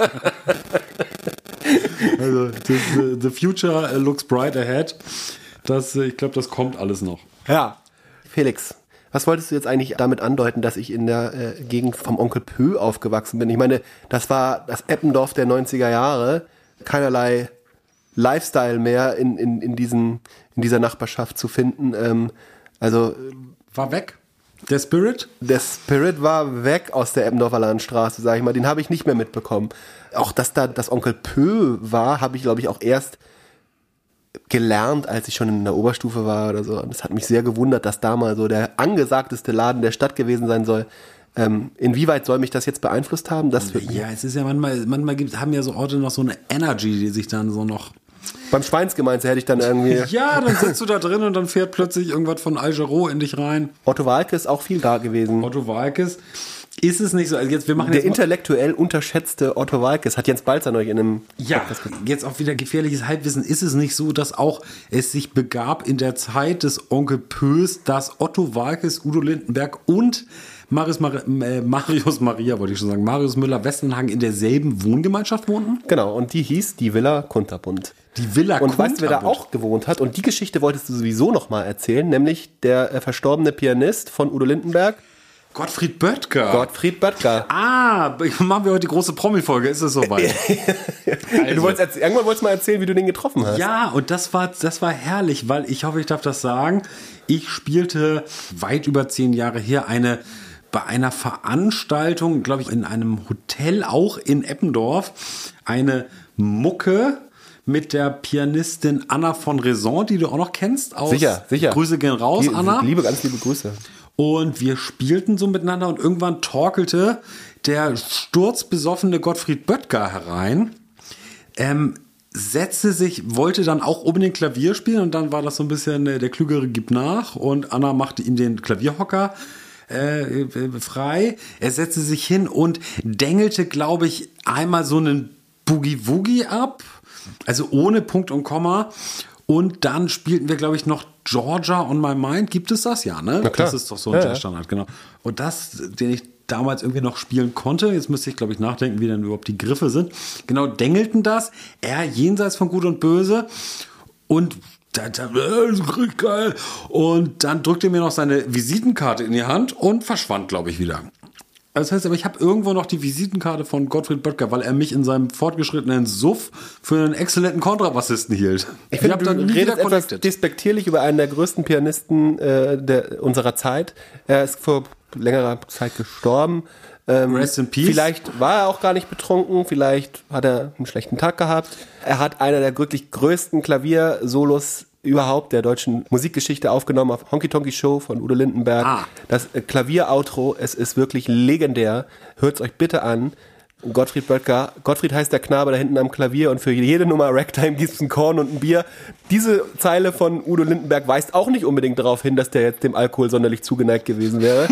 Also, the, the, the future looks bright ahead. Das, ich glaube, das kommt alles noch. Ja. Felix, was wolltest du jetzt eigentlich damit andeuten, dass ich in der äh, Gegend vom Onkel Pö aufgewachsen bin? Ich meine, das war das Eppendorf der neunziger Jahre. Keinerlei Lifestyle mehr in, in, in, diesen, in dieser Nachbarschaft zu finden. Ähm, also War weg. Der Spirit? der Spirit war weg aus der Eppendorfer Landstraße, sag ich mal. Den habe ich nicht mehr mitbekommen. Auch dass da das Onkel Pö war, habe ich, glaube ich, auch erst gelernt, als ich schon in der Oberstufe war oder so. Und das hat mich sehr gewundert, dass da mal so der angesagteste Laden der Stadt gewesen sein soll. Ähm, inwieweit soll mich das jetzt beeinflusst haben? Das wird Ja, es ist ja manchmal, manchmal gibt, haben ja so Orte noch so eine Energy, die sich dann so noch. beim Schweinsgemeinse hätte ich dann irgendwie... Ja, dann sitzt du da drin und dann fährt plötzlich irgendwas von Algero in dich rein. Otto Walke ist auch viel da gewesen. Otto Walkes. Ist es nicht so? Also jetzt, wir machen Der jetzt mal- intellektuell unterschätzte Otto Walkes hat Jens Balzer neulich in einem... Ja, jetzt auch wieder gefährliches Halbwissen. Ist es nicht so, dass auch es sich begab in der Zeit des Onkel Pös, dass Otto Walkes, Udo Lindenberg und Marius, Mar äh, Marius Maria, wollte ich schon sagen, Marius Müller-Westernhagen in derselben Wohngemeinschaft wohnten? Genau, und die hieß die Villa Kunterbund. Die Villa Und weißt du, wer da Kunterbund. auch gewohnt hat? Und die Geschichte wolltest du sowieso noch mal erzählen, nämlich der äh, verstorbene Pianist von Udo Lindenberg, Gottfried Böttger. Gottfried Böttger. Ah, machen wir heute die große Promi-Folge, ist es soweit? Du wolltest erzäh- irgendwann wolltest du mal erzählen, wie du den getroffen hast. Ja, und das war, das war herrlich, weil ich hoffe, ich darf das sagen. Ich spielte weit über zehn Jahre her eine bei einer Veranstaltung, glaube ich, in einem Hotel, auch in Eppendorf, eine Mucke mit der Pianistin Anna von Raison, die du auch noch kennst. Aus Sicher, sicher. Grüße gehen raus, Die- Anna. Liebe, ganz liebe Grüße. Und wir spielten so miteinander und irgendwann torkelte der sturzbesoffene Gottfried Böttger herein, ähm, setzte sich, wollte dann auch unbedingt Klavier spielen und dann war das so ein bisschen, äh, der Klügere gibt nach und Anna machte ihm den Klavierhocker äh, frei. Er setzte sich hin und dengelte, glaube ich, einmal so einen Boogie-Woogie ab, also ohne Punkt und Komma. Und dann spielten wir, glaube ich, noch Georgia on My Mind. Gibt es das? Ja, ne? Na klar. Das ist doch so ein Ja, ja. Jazzstandard, genau. Und das, den ich damals irgendwie noch spielen konnte, jetzt müsste ich, glaube ich, nachdenken, wie dann überhaupt die Griffe sind. Genau, dengelten das. Er jenseits von Gut und Böse. Und da, da, äh, das ist richtig geil. Und dann drückte er mir noch seine Visitenkarte in die Hand und verschwand, glaube ich, wieder. Das heißt aber, ich habe irgendwo noch die Visitenkarte von Gottfried Böttger, weil er mich in seinem fortgeschrittenen Suff für einen exzellenten Kontrabassisten hielt. Ich finde, hab du dann nie wieder redest etwas connected. despektierlich über einen der größten Pianisten äh, der, unserer Zeit. Er ist vor längerer Zeit gestorben. Ähm, Rest in peace. Vielleicht war er auch gar nicht betrunken, vielleicht hat er einen schlechten Tag gehabt. Er hat einer der wirklich größten Klaviersolos überhaupt der deutschen Musikgeschichte aufgenommen auf Honky Tonky Show von Udo Lindenberg. Ah. Das äh, Klavier-Outro, es ist wirklich legendär. Hört's euch bitte an. Gottfried Böttger. Gottfried heißt der Knabe da hinten am Klavier und für jede Nummer Ragtime gibt's ein Korn und ein Bier. Diese Zeile von Udo Lindenberg weist auch nicht unbedingt darauf hin, dass der jetzt dem Alkohol sonderlich zugeneigt gewesen wäre.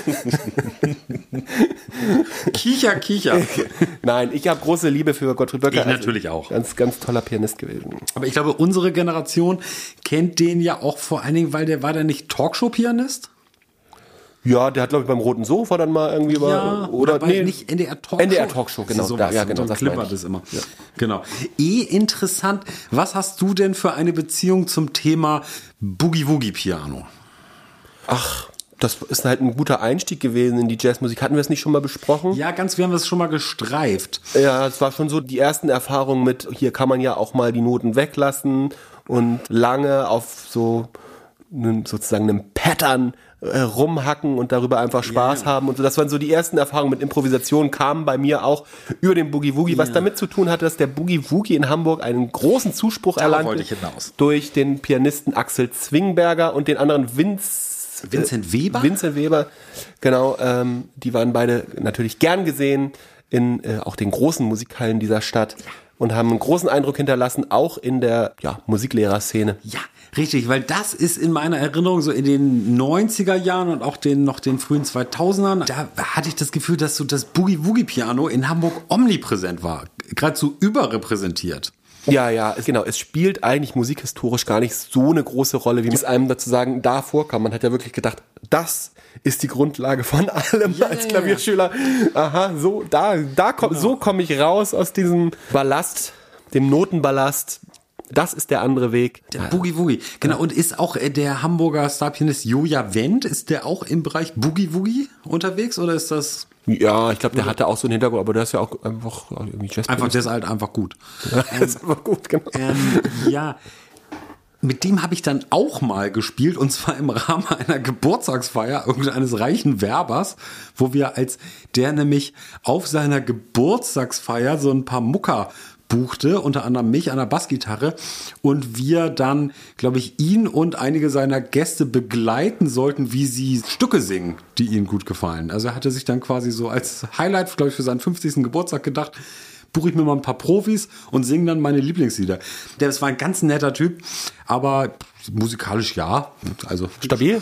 Kicher, Kicher. Nein, ich habe große Liebe für Gottfried Böttger. Ich natürlich auch. Ganz, ganz toller Pianist gewesen. Aber ich glaube, unsere Generation kennt den ja auch vor allen Dingen, weil der war der nicht Talkshow-Pianist? Ja, der hat, glaube ich, beim Roten Sofa dann mal irgendwie über, oder bei nee, nicht N D R Talkshow. N D R Talkshow, genau. So Da, was, ja, genau, so das klippert meine ich. es immer. Genau. Eh interessant. Was hast du denn für eine Beziehung zum Thema Boogie-Woogie-Piano? Ach, das ist halt ein guter Einstieg gewesen in die Jazzmusik. Hatten wir es nicht schon mal besprochen? Ja, ganz, wir haben es schon mal gestreift. Ja, es war schon so die ersten Erfahrungen mit, hier kann man ja auch mal die Noten weglassen und lange auf so einem, sozusagen einem Pattern äh, rumhacken und darüber einfach Spaß Ja. haben und so. Das waren so die ersten Erfahrungen mit Improvisation, kamen bei mir auch über den Boogie Woogie, was Ja. damit zu tun hatte, dass der Boogie Woogie in Hamburg einen großen Zuspruch Darauf erlangte wollte ich hinaus. durch den Pianisten Axel Zwingberger und den anderen Vince Vincent Weber? Vincent Weber, genau. Ähm, die waren beide natürlich gern gesehen in äh, auch den großen Musikhallen dieser Stadt und haben einen großen Eindruck hinterlassen, auch in der ja, Musiklehrerszene. Ja, richtig, weil das ist in meiner Erinnerung so in den neunziger Jahren und auch den noch den frühen zweitausendern, da hatte ich das Gefühl, dass so das Boogie-Woogie-Piano in Hamburg omnipräsent war, geradezu überrepräsentiert. Ja, ja, es, genau. Es spielt eigentlich musikhistorisch gar nicht so eine große Rolle, wie es einem dazu sagen da vorkam. Man hat ja wirklich gedacht, das ist die Grundlage von allem ja, als Klavierschüler. Aha, so da, da komm, genau. so komme ich raus aus diesem Ballast, dem Notenballast. Das ist der andere Weg. Der Boogie Woogie. Genau. Und ist auch der Hamburger Starpianist Joja Wendt, ist der auch im Bereich Boogie Woogie unterwegs oder ist das? Ja, ich glaube, der hatte auch so einen Hintergrund, aber der ist ja auch einfach irgendwie Jazz. Einfach, der ist halt einfach gut. Ja, der ist einfach gut, genau. Ähm, ja. Mit dem habe ich dann auch mal gespielt und zwar im Rahmen einer Geburtstagsfeier irgendeines reichen Werbers, wo wir als der nämlich auf seiner Geburtstagsfeier so ein paar Mucker buchte, unter anderem mich an der Bassgitarre und wir dann, glaube ich, ihn und einige seiner Gäste begleiten sollten, wie sie Stücke singen, die ihnen gut gefallen. Also er hatte sich dann quasi so als Highlight, glaube ich, für seinen fünfzigsten Geburtstag gedacht, buche ich mir mal ein paar Profis und singe dann meine Lieblingslieder. Das war ein ganz netter Typ, aber musikalisch ja. Also stabil?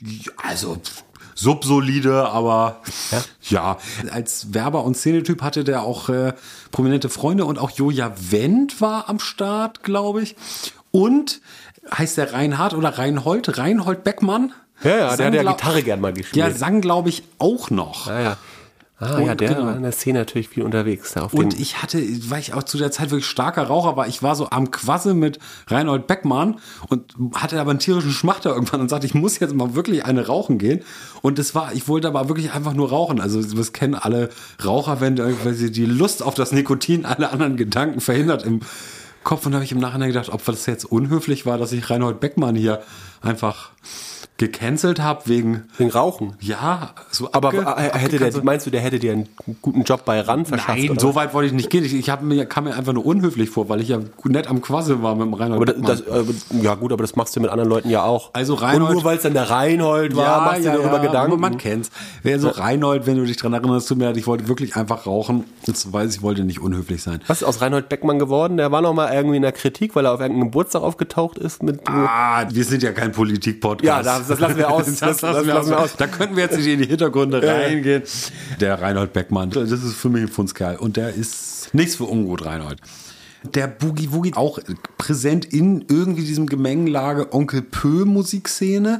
Also subsolide, aber ja. ja, als Werber und Szenetyp hatte der auch äh, prominente Freunde und auch Joja Wendt war am Start, glaube ich. Und heißt der Reinhard oder Reinhold? Reinhold Beckmann? Ja, ja, der hat ja Gitarre gern mal gespielt. Der sang, glaube ich, auch noch. Ja, ja. Ah, und, ja, der genau. war in der Szene natürlich viel unterwegs. Da auf und ich hatte, weil ich auch zu der Zeit wirklich starker Raucher war, ich war so am Quasse mit Reinhold Beckmann und hatte aber einen tierischen Schmachter irgendwann und sagte, ich muss jetzt mal wirklich eine rauchen gehen. Und das war, ich wollte aber wirklich einfach nur rauchen. Also das kennen alle Raucher, wenn, wenn sie die Lust auf das Nikotin alle anderen Gedanken verhindert im Kopf. Und da habe ich im Nachhinein gedacht, ob das jetzt unhöflich war, dass ich Reinhold Beckmann hier einfach gecancelt habe wegen wegen Rauchen. Ja, so aber abge- hätte der, meinst du, der hätte dir einen guten Job bei R A N verschafft? Nein, oder? So weit wollte ich nicht gehen. Ich, ich hab mir, kam mir einfach nur unhöflich vor, weil ich ja nett am Quasse war mit dem Reinhold. Aber das, das, ja gut, aber das machst du mit anderen Leuten ja auch. Also Reinhold, und nur weil es dann der Reinhold war, ja, machst ja, du dir ja, darüber Gedanken. Man kennt's. Wer so Reinhold, wenn du dich dran erinnerst, tut mir leid, ich wollte wirklich einfach rauchen. Jetzt weiß ich, ich wollte nicht unhöflich sein. Was ist aus Reinhold Beckmann geworden? Der war noch mal irgendwie in der Kritik, weil er auf irgendeinem Geburtstag aufgetaucht ist mit. Ah, wir sind ja kein Politik-Podcast. Ja, das, das lassen wir aus. Das, das lassen wir aus. aus. Da könnten wir jetzt nicht in die Hintergründe reingehen. Der Reinhold Beckmann, das ist für mich ein Fundskerl. Und der ist nichts für ungut, Reinhold. Der Boogie Woogie auch präsent in irgendwie diesem Gemengelage Onkel Pö Musikszene.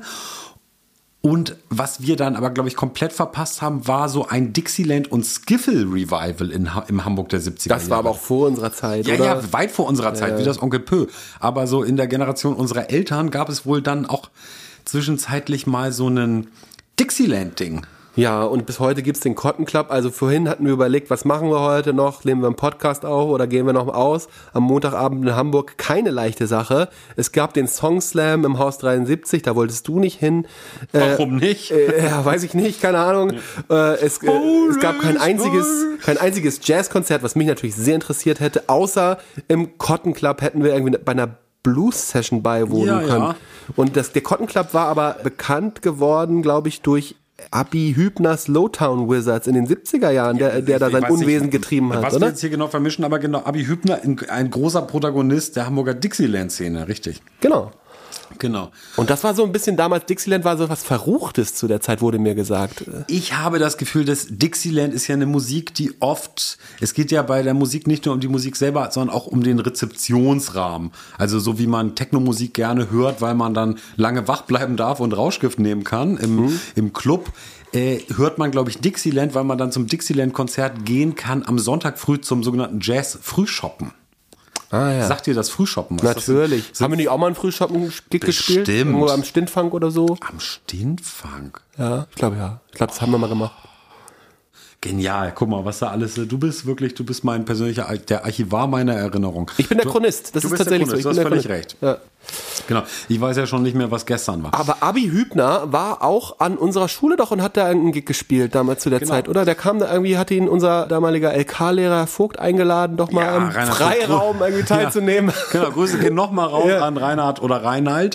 Und was wir dann aber, glaube ich, komplett verpasst haben, war so ein Dixieland- und Skiffle-Revival in ha- im Hamburg der siebziger Jahre. Das war aber auch vor unserer Zeit, ja, oder? Ja, weit vor unserer Zeit, ja. wie das Onkel Pö. Aber so in der Generation unserer Eltern gab es wohl dann auch zwischenzeitlich mal so einen Dixieland-Ding. Ja, und bis heute gibt's den Cotton Club. Also vorhin hatten wir überlegt, was machen wir heute noch? Nehmen wir einen Podcast auf oder gehen wir noch aus? Am Montagabend in Hamburg keine leichte Sache. Es gab den Song Slam im Haus dreiundsiebzig, da wolltest du nicht hin. Warum äh, nicht? Äh, ja, weiß ich nicht, keine Ahnung. Ja. Äh, es, äh, es gab kein einziges, kein einziges Jazzkonzert, was mich natürlich sehr interessiert hätte, außer im Cotton Club hätten wir irgendwie bei einer Blues-Session beiwohnen ja, können. Ja. Und das, der Cotton Club war aber bekannt geworden, glaube ich, durch Abi Hübners Lowtown Wizards in den siebziger Jahren, der, der da sein Unwesen nicht, getrieben hat, was oder? Was wir jetzt hier genau vermischen, aber genau, Abi Hübner, ein großer Protagonist der Hamburger Dixieland-Szene, richtig. Genau. Genau. Und das war so ein bisschen damals, Dixieland war so was Verruchtes zu der Zeit, wurde mir gesagt. Ich habe das Gefühl, dass Dixieland ist ja eine Musik, die oft, es geht ja bei der Musik nicht nur um die Musik selber, sondern auch um den Rezeptionsrahmen. Also so wie man Techno-Musik gerne hört, weil man dann lange wach bleiben darf und Rauschgift nehmen kann im, mhm. im Club. Äh, hört man, glaube ich, Dixieland, weil man dann zum Dixieland-Konzert gehen kann am Sonntag früh zum sogenannten Jazz-Frühshoppen. Ah, ja. Sagt ihr das Frühshoppen? Was Natürlich. Das Haben wir nicht auch mal einen Frühshoppen-Gig gespielt? Irgendwo am Stintfunk oder so? Am Stintfunk? Ja, ich glaube ja. Ich glaube, das haben wir mal gemacht. Genial, guck mal, was da alles, du bist wirklich, du bist mein persönlicher, der Archivar meiner Erinnerung. Ich bin der du, Chronist, das ist tatsächlich so. Ich du hast völlig recht. Ja. Genau, ich weiß ja schon nicht mehr, was gestern war. Aber Abi Hübner war auch an unserer Schule doch und hat da einen Gig gespielt damals zu der genau. Zeit, oder? Der kam da irgendwie, hatte ihn unser damaliger L K-Lehrer Vogt eingeladen, doch mal ja, im Freiraum irgendwie teilzunehmen. Ja. Genau, Grüße gehen nochmal raus ja. an Reinhard oder Reinhard.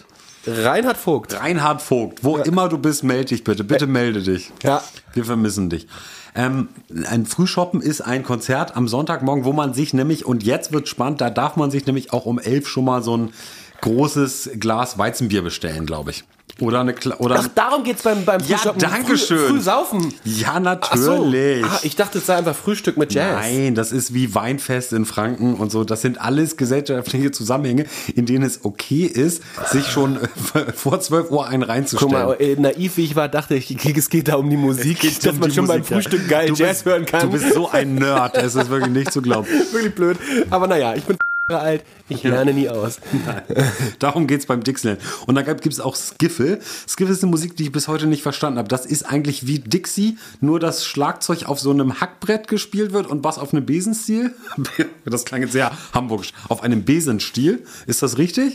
Reinhard Vogt. Reinhard Vogt, wo ja. immer du bist, melde dich bitte. Bitte melde dich. Ja. Wir vermissen dich. Ähm, ein Frühshoppen ist ein Konzert am Sonntagmorgen, wo man sich nämlich, und jetzt wird spannend, da darf man sich nämlich auch um elf schon mal so ein großes Glas Weizenbier bestellen, glaube ich. Oder eine Kla- oder Ach, darum geht's beim, beim Frühshoppen. Ja, danke schön. Früh, früh saufen. Ja, natürlich. Ach so. Ah, ich dachte, es sei einfach Frühstück mit Jazz. Nein, das ist wie Weinfest in Franken und so. Das sind alles gesellschaftliche Zusammenhänge, in denen es okay ist, sich schon vor zwölf Uhr einen reinzustellen. Guck mal, äh, naiv wie ich war, dachte ich, es geht da um die Musik, dass um man schon Musik, beim Frühstück geil du Jazz bist, hören kann. Du bist so ein Nerd, es ist wirklich nicht zu glauben. Wirklich blöd. Aber naja, ich bin alt, ich lerne nie aus. Nein. Darum geht's beim Dixieland. Und dann gibt es auch Skiffle. Skiffle ist eine Musik, die ich bis heute nicht verstanden habe. Das ist eigentlich wie Dixie, nur dass Schlagzeug auf so einem Hackbrett gespielt wird und Bass auf einem Besenstiel. Das klang jetzt sehr hamburgisch. Auf einem Besenstiel. Ist das richtig?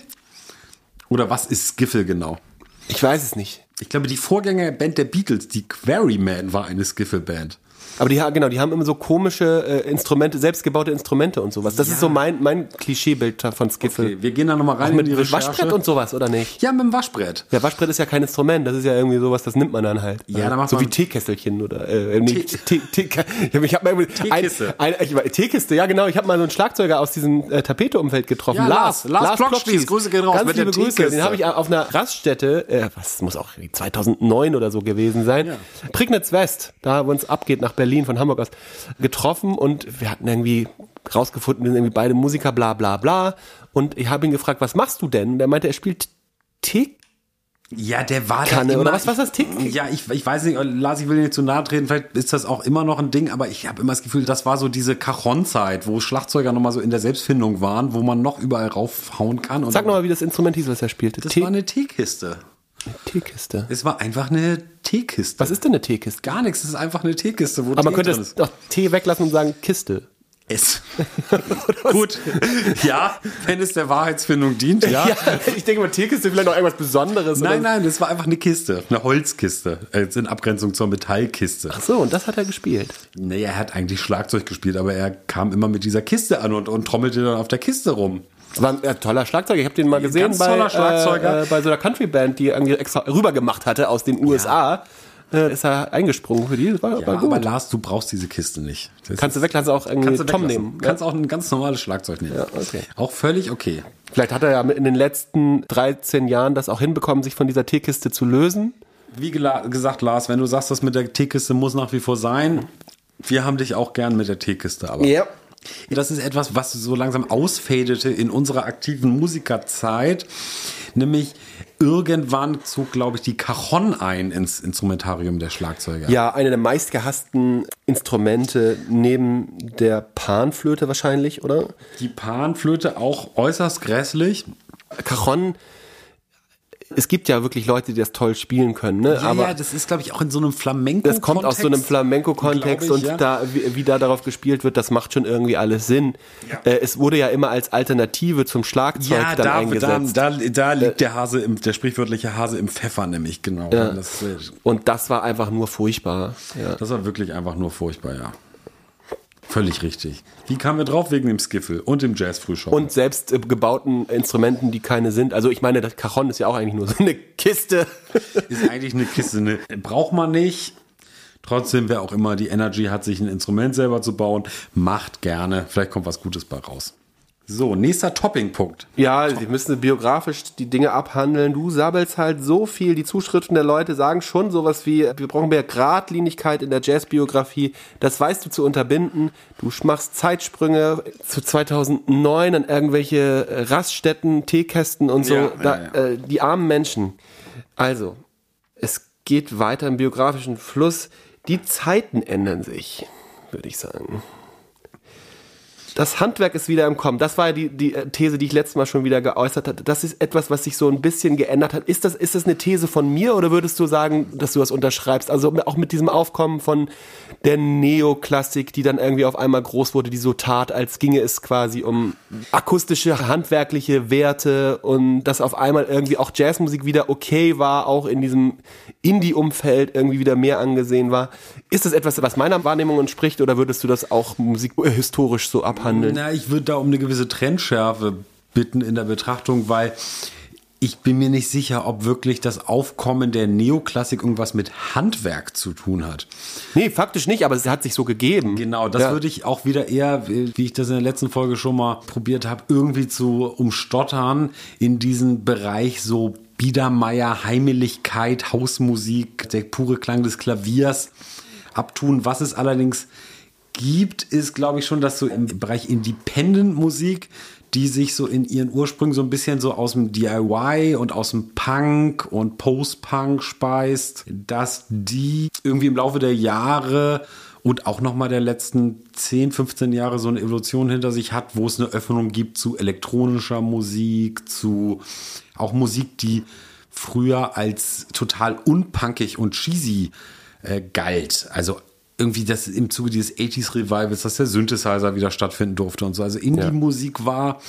Oder was ist Skiffle genau? Ich weiß es nicht. Ich glaube, die Vorgängerband der Beatles, die Quarrymen, war eine Skiffle-Band. Aber die, genau, die haben immer so komische äh, Instrumente, selbstgebaute Instrumente und sowas. Das ja. ist so mein, mein Klischeebild von Skiffle. Okay, wir gehen da nochmal rein auch mit in die Recherche. Waschbrett und sowas, oder nicht? Ja, mit dem Waschbrett. Ja, Waschbrett ist ja kein Instrument, das ist ja irgendwie sowas, das nimmt man dann halt. Ja, da macht so man wie Teekesselchen oder äh, nee, Tee, Tee, Tee, ich habe mal Teekiste. Ein, ein, ich, Teekiste, ja genau, ich habe mal so einen Schlagzeuger aus diesem äh, Tapete-Umfeld getroffen. Ja, Lars, Lars, Lars Plockstieß, Grüße gehen raus. Ganz mit liebe der Grüße, den habe ich auf einer Raststätte, äh, was muss auch zweitausendneun oder so gewesen sein, ja. Prignitz West, da wo uns abgeht nach Berlin von Hamburg aus, getroffen und wir hatten irgendwie rausgefunden, wir sind irgendwie beide Musiker, bla bla bla. Und ich habe ihn gefragt, was machst du denn? Und er meinte, er spielt Tee. Ja, der war Kanne, da immer, oder was, was ist das Tick? Ja, ich, ich weiß nicht, Lars, ich will nicht zu nahe treten, vielleicht ist das auch immer noch ein Ding, aber ich habe immer das Gefühl, das war so diese Cajon-Zeit, wo Schlagzeuger nochmal so in der Selbstfindung waren, wo man noch überall raufhauen kann. Und Sag nochmal, wie das Instrument hieß, was er spielte. Das Tee- war eine Teekiste. Teekiste. Es war einfach eine Teekiste. Was ist denn eine Teekiste? Gar nichts, es ist einfach eine Teekiste, wo Aber man Tee könnte drin es ist. doch Tee weglassen und sagen Kiste. Es. Gut. Ja, wenn es der Wahrheitsfindung dient, ja. Ja, ich denke mal, Teekiste vielleicht noch irgendwas Besonderes. Nein, oder? nein, das war einfach eine Kiste, eine Holzkiste, jetzt in Abgrenzung zur Metallkiste. Ach so, und das hat er gespielt. Nee, er hat eigentlich Schlagzeug gespielt, aber er kam immer mit dieser Kiste an und, und trommelte dann auf der Kiste rum. War ein äh, toller Schlagzeuger. Ich habe den mal gesehen Ganz bei, toller Schlagzeuger. äh, bei so einer Country-Band, die irgendwie extra rüber gemacht hatte aus den U S A. Äh, ist er eingesprungen für die. Das war, Ja, war gut. aber Lars, du brauchst diese Kiste nicht. Das Kannst du ist- weglassen, auch irgendwie kannst du Tom weglassen. nehmen. Kannst auch ein ganz normales Schlagzeug nehmen. Ja, okay. Auch völlig okay. Vielleicht hat er ja in den letzten dreizehn Jahren das auch hinbekommen, sich von dieser Teekiste zu lösen. Wie gela- gesagt, Lars, wenn du sagst, das mit der Teekiste muss nach wie vor sein, wir haben dich auch gern mit der Teekiste, aber Ja. das ist etwas, was so langsam ausfadete in unserer aktiven Musikerzeit, nämlich irgendwann zog, glaube ich, die Cajon ein ins Instrumentarium der Schlagzeuger. Ja, eine der meistgehassten Instrumente neben der Panflöte wahrscheinlich, oder? Die Panflöte auch äußerst grässlich. Cajon, es gibt ja wirklich Leute, die das toll spielen können, ne? Ja, aber ja, das ist, glaube ich, auch in so einem Flamenco-Kontext. das kommt aus so einem Flamenco-Kontext glaub ich, und ja. da, wie, wie da darauf gespielt wird, das macht schon irgendwie alles Sinn. Ja. Äh, es wurde ja immer als Alternative zum Schlagzeug Ja, dann da, da, eingesetzt. da, da liegt der Hase, im, der sprichwörtliche Hase im Pfeffer nämlich, genau. Ja. Das, Und das war einfach nur furchtbar. Ja. das war wirklich einfach nur furchtbar, ja. Völlig richtig. Wie kamen wir drauf? Wegen dem Skiffle und dem Jazz-Frühschoppen. Und selbst äh, gebauten Instrumenten, die keine sind. Also ich meine, das Cajon ist ja auch eigentlich nur so eine Kiste. Ist eigentlich eine Kiste, eine, braucht man nicht. Trotzdem, wer auch immer die Energy hat, sich ein Instrument selber zu bauen, macht gerne. Vielleicht kommt was Gutes bei raus. So, nächster Topping-Punkt. Ja, sie müssen biografisch die Dinge abhandeln. Du sabbelst halt so viel. Die Zuschriften der Leute sagen schon sowas wie, wir brauchen mehr Gradlinigkeit in der Jazzbiografie. Das weißt du zu unterbinden. Du machst Zeitsprünge zu zweitausendneun an irgendwelche Raststätten, Teekästen und so. Ja, da, ja, ja. Äh, die armen Menschen. Also, es geht weiter im biografischen Fluss. Die Zeiten ändern sich, würde ich sagen. Das Handwerk ist wieder im Kommen. Das war ja die, die These, die ich letztes Mal schon wieder geäußert hatte. Das ist etwas, was sich so ein bisschen geändert hat. Ist das, ist das eine These von mir oder würdest du sagen, dass du das unterschreibst? Also auch mit diesem Aufkommen von der Neoklassik, die dann irgendwie auf einmal groß wurde, die so tat, als ginge es quasi um akustische, handwerkliche Werte und dass auf einmal irgendwie auch Jazzmusik wieder okay war, auch in diesem Indie-Umfeld irgendwie wieder mehr angesehen war. Ist das etwas, was meiner Wahrnehmung entspricht oder würdest du das auch musikhistorisch so abhandeln? Na, ich würde da um eine gewisse Trendschärfe bitten in der Betrachtung, weil ich bin mir nicht sicher, ob wirklich das Aufkommen der Neoklassik irgendwas mit Handwerk zu tun hat. Nee, faktisch nicht, aber es hat sich so gegeben. Genau, das ja. würde ich auch wieder eher, wie ich das in der letzten Folge schon mal probiert habe, irgendwie zu umstottern in diesen Bereich so Biedermeier, Heimeligkeit, Hausmusik, der pure Klang des Klaviers abtun. Was es allerdings gibt, ist, glaube ich, schon, dass so im Bereich Independent-Musik, die sich so in ihren Ursprüngen so ein bisschen so aus dem D I Y und aus dem Punk und Post-Punk speist, dass die irgendwie im Laufe der Jahre und auch nochmal der letzten zehn, fünfzehn Jahre so eine Evolution hinter sich hat, wo es eine Öffnung gibt zu elektronischer Musik, zu auch Musik, die früher als total unpunkig und cheesy äh, galt. Also irgendwie das im Zuge dieses achtziger Revivals, dass der Synthesizer wieder stattfinden durfte und so. Also Indie-Musik war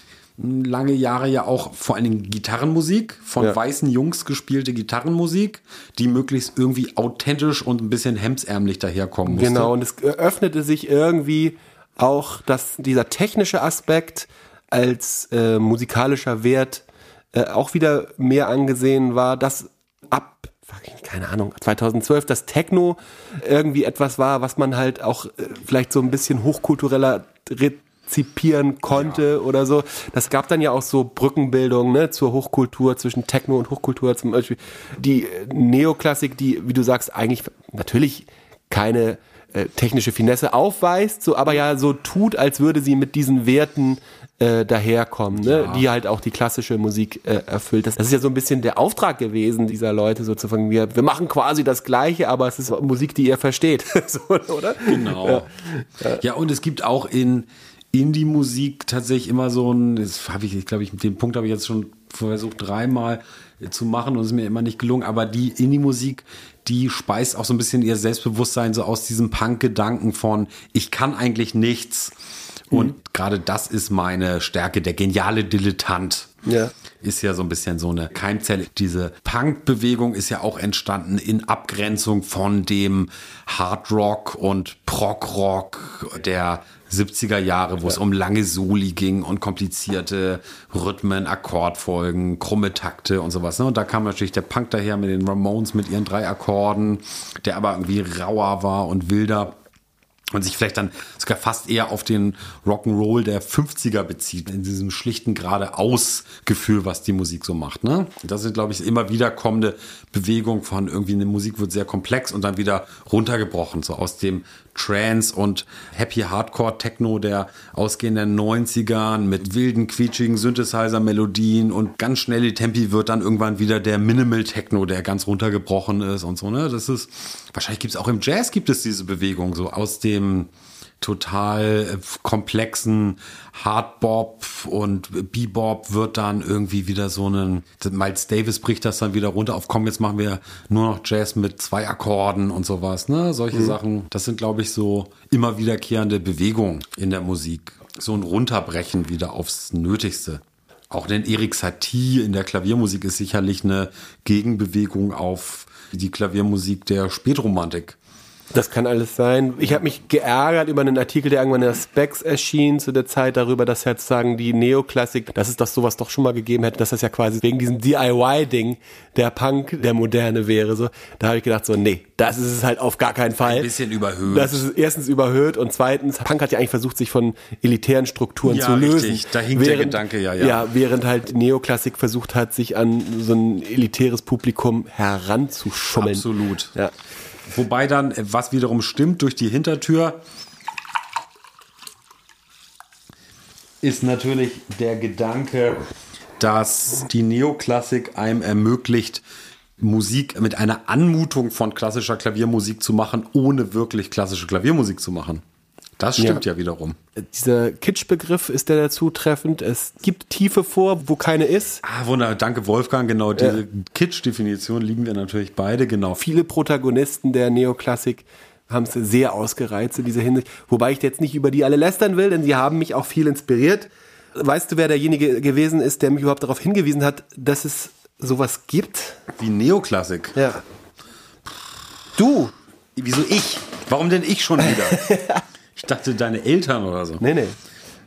lange Jahre ja auch vor allen Dingen Gitarrenmusik, von ja. weißen Jungs gespielte Gitarrenmusik, die möglichst irgendwie authentisch und ein bisschen hemdsärmlich daherkommen musste. Genau, und es öffnete sich irgendwie auch, dass dieser technische Aspekt als äh, musikalischer Wert äh, auch wieder mehr angesehen war, dass ab keine Ahnung, zweitausendzwölf, das Techno irgendwie etwas war, was man halt auch äh, vielleicht so ein bisschen hochkultureller rezipieren konnte ja. oder so. Das gab dann ja auch so Brückenbildungen, ne, zur Hochkultur, zwischen Techno und Hochkultur zum Beispiel. Die Neoklassik, die, wie du sagst, eigentlich natürlich keine äh, technische Finesse aufweist, so, aber ja so tut, als würde sie mit diesen Werten äh, daherkommen, ne? Ja. Die halt auch die klassische Musik äh, erfüllt. Das, das ist ja so ein bisschen der Auftrag gewesen dieser Leute, sozusagen. Wir, wir machen quasi das Gleiche, aber es ist Musik, die ihr versteht. So, oder? Genau. Ja. Ja. ja, und es gibt auch in Indie-Musik tatsächlich immer so ein, das habe ich, glaube ich, den Punkt habe ich jetzt schon versucht dreimal zu machen und es ist mir immer nicht gelungen, aber die Indie-Musik, die speist auch so ein bisschen ihr Selbstbewusstsein so aus diesem Punk-Gedanken von, ich kann eigentlich nichts. Und mhm. gerade das ist meine Stärke, der geniale Dilettant. Ja. Ist ja so ein bisschen so eine Keimzelle. Diese Punk-Bewegung ist ja auch entstanden in Abgrenzung von dem Hardrock und Prog-Rock der siebziger Jahre, wo ja. es um lange Soli ging und komplizierte Rhythmen, Akkordfolgen, krumme Takte und sowas. Und da kam natürlich der Punk daher mit den Ramones mit ihren drei Akkorden, der aber irgendwie rauer war und wilder. Und sich vielleicht dann sogar fast eher auf den Rock'n'Roll der fünfziger bezieht, in diesem schlichten Geradeaus-Gefühl, was die Musik so macht. Ne? Das sind, glaube ich, immer wiederkommende Bewegung von irgendwie, eine Musik wird sehr komplex und dann wieder runtergebrochen, so aus dem Trance und Happy Hardcore Techno der ausgehenden neunzigern mit wilden, quietschigen Synthesizer-Melodien und ganz schnelle Tempi wird dann irgendwann wieder der Minimal Techno, der ganz runtergebrochen ist und so. Ne? Das ist, wahrscheinlich gibt es auch im Jazz gibt es diese Bewegung, so aus dem total komplexen Hardbop und Bebop wird dann irgendwie wieder so ein, Miles Davis bricht das dann wieder runter auf, komm, jetzt machen wir nur noch Jazz mit zwei Akkorden und sowas, ne, solche mhm. Sachen. Das sind, glaube ich, so immer wiederkehrende Bewegungen in der Musik. So ein Runterbrechen wieder aufs Nötigste. Auch den Erik Satie in der Klaviermusik ist sicherlich eine Gegenbewegung auf die Klaviermusik der Spätromantik. Das kann alles sein. Ich habe mich geärgert über einen Artikel, der irgendwann in der Specs erschien zu der Zeit, darüber, dass jetzt sagen, die Neoklassik, dass es das sowas doch schon mal gegeben hätte, dass das ja quasi wegen diesem D I Y-Ding der Punk der Moderne wäre. So, da habe ich gedacht so, nee, das ist es halt auf gar keinen Fall. Ein bisschen überhöht. Das ist erstens überhöht und zweitens, Punk hat ja eigentlich versucht, sich von elitären Strukturen ja, zu lösen. Richtig. Da hinkt während, der Gedanke, ja, ja. Ja, während halt Neoklassik versucht hat, sich an so ein elitäres Publikum heranzuschummeln. Absolut. Ja. Wobei dann, was wiederum stimmt, durch die Hintertür ist natürlich der Gedanke, dass die Neoklassik einem ermöglicht, Musik mit einer Anmutung von klassischer Klaviermusik zu machen, ohne wirklich klassische Klaviermusik zu machen. Das stimmt ja, ja wiederum. Dieser Kitsch-Begriff ist der dazu treffend. Es gibt Tiefe vor, wo keine ist. Ah, wunderbar. Danke, Wolfgang. Genau, diese ja. Kitsch-Definition lieben wir natürlich beide. Genau. Viele Protagonisten der Neoklassik haben es sehr ausgereizt in dieser Hinsicht. Wobei ich jetzt nicht über die alle lästern will, denn sie haben mich auch viel inspiriert. Weißt du, wer derjenige gewesen ist, der mich überhaupt darauf hingewiesen hat, dass es sowas gibt? Wie Neoklassik? Ja. Du. Wieso ich? Warum denn ich schon wieder? Ich dachte, deine Eltern oder so. Nee, nee.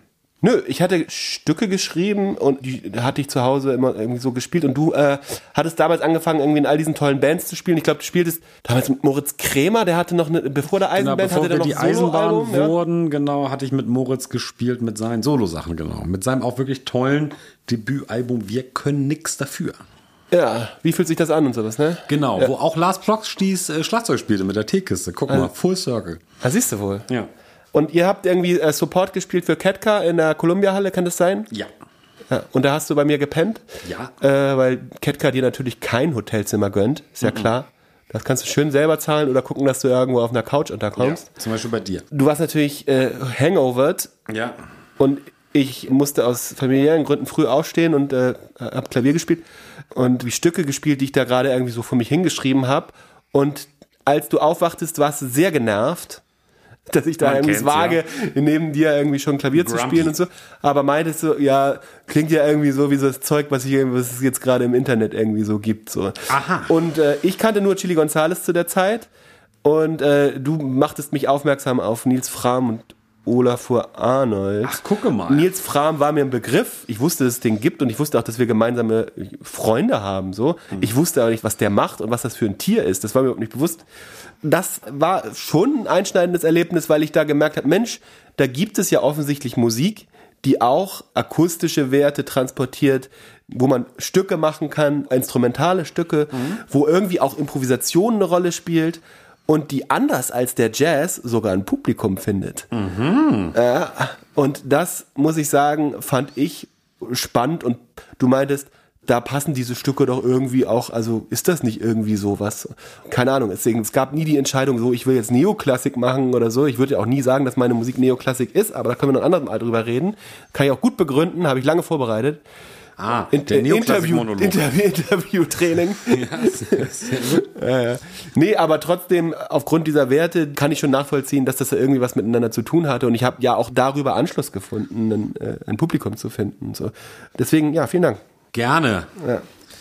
Nö, ich hatte Stücke geschrieben und die hatte ich zu Hause immer irgendwie so gespielt und du äh, hattest damals angefangen, irgendwie in all diesen tollen Bands zu spielen. Ich glaube, du spieltest damals mit Moritz Krämer, der hatte noch eine, bevor der Eisenband genau, bevor hatte der noch die Eisenbahn Soloalbum, ja? wurden, genau, hatte ich mit Moritz gespielt mit seinen Solosachen, genau. Mit seinem auch wirklich tollen Debütalbum Wir können nix dafür. Ja, wie fühlt sich das an und sowas, ne? Genau, ja. wo auch Lars Plockstieß äh, Schlagzeug spielte mit der Teekiste. Guck mal, Full Circle. Da siehst du wohl. Ja. Und ihr habt irgendwie äh, Support gespielt für Ketka in der Columbia-Halle, kann das sein? Ja. Ja. Und da hast du bei mir gepennt? Ja. Äh, weil Ketka dir natürlich kein Hotelzimmer gönnt, ist ja mhm. klar. Das kannst du schön selber zahlen oder gucken, dass du irgendwo auf einer Couch unterkommst. Ja, zum Beispiel bei dir. Du warst natürlich äh, hangovered. Ja. Und ich musste aus familiären Gründen früh aufstehen und äh, hab Klavier gespielt und die Stücke gespielt, die ich da gerade irgendwie so vor mich hingeschrieben habe. Und als du aufwachtest, warst du sehr genervt, dass ich da Man irgendwie wage, ja. neben dir irgendwie schon Klavier Grumpy. zu spielen und so. Aber meintest du, ja, klingt ja irgendwie so wie so das Zeug, was, ich, was es jetzt gerade im Internet irgendwie so gibt. So. Aha. Und äh, ich kannte nur Chili González zu der Zeit und äh, du machtest mich aufmerksam auf Nils Frahm und Olafur Arnold. Ach, gucke mal. Nils Frahm war mir ein Begriff. Ich wusste, dass es den gibt und ich wusste auch, dass wir gemeinsame Freunde haben. So. Mhm. Ich wusste auch nicht, was der macht und was das für ein Tier ist. Das war mir überhaupt nicht bewusst. Das war schon ein einschneidendes Erlebnis, weil ich da gemerkt habe, Mensch, da gibt es ja offensichtlich Musik, die auch akustische Werte transportiert, wo man Stücke machen kann, instrumentale Stücke, mhm. wo irgendwie auch Improvisation eine Rolle spielt. Und die anders als der Jazz sogar ein Publikum findet. Mhm. Äh, und das, muss ich sagen, fand ich spannend. Und du meintest, da passen diese Stücke doch irgendwie auch, also ist das nicht irgendwie sowas? Keine Ahnung, deswegen, es gab nie die Entscheidung so, ich will jetzt Neoklassik machen oder so. Ich würde ja auch nie sagen, dass meine Musik Neoklassik ist, aber da können wir noch ein anderes Mal drüber reden. Kann ich auch gut begründen, habe ich lange vorbereitet. Ah, In, der Neoklassik-Monolog. Interview, Interview-Training. Ja, sehr, sehr gut. äh, nee, aber trotzdem, aufgrund dieser Werte kann ich schon nachvollziehen, dass das ja irgendwie was miteinander zu tun hatte. Und ich habe ja auch darüber Anschluss gefunden, ein, äh, ein Publikum zu finden. So. Deswegen, ja, vielen Dank. Gerne. Ja.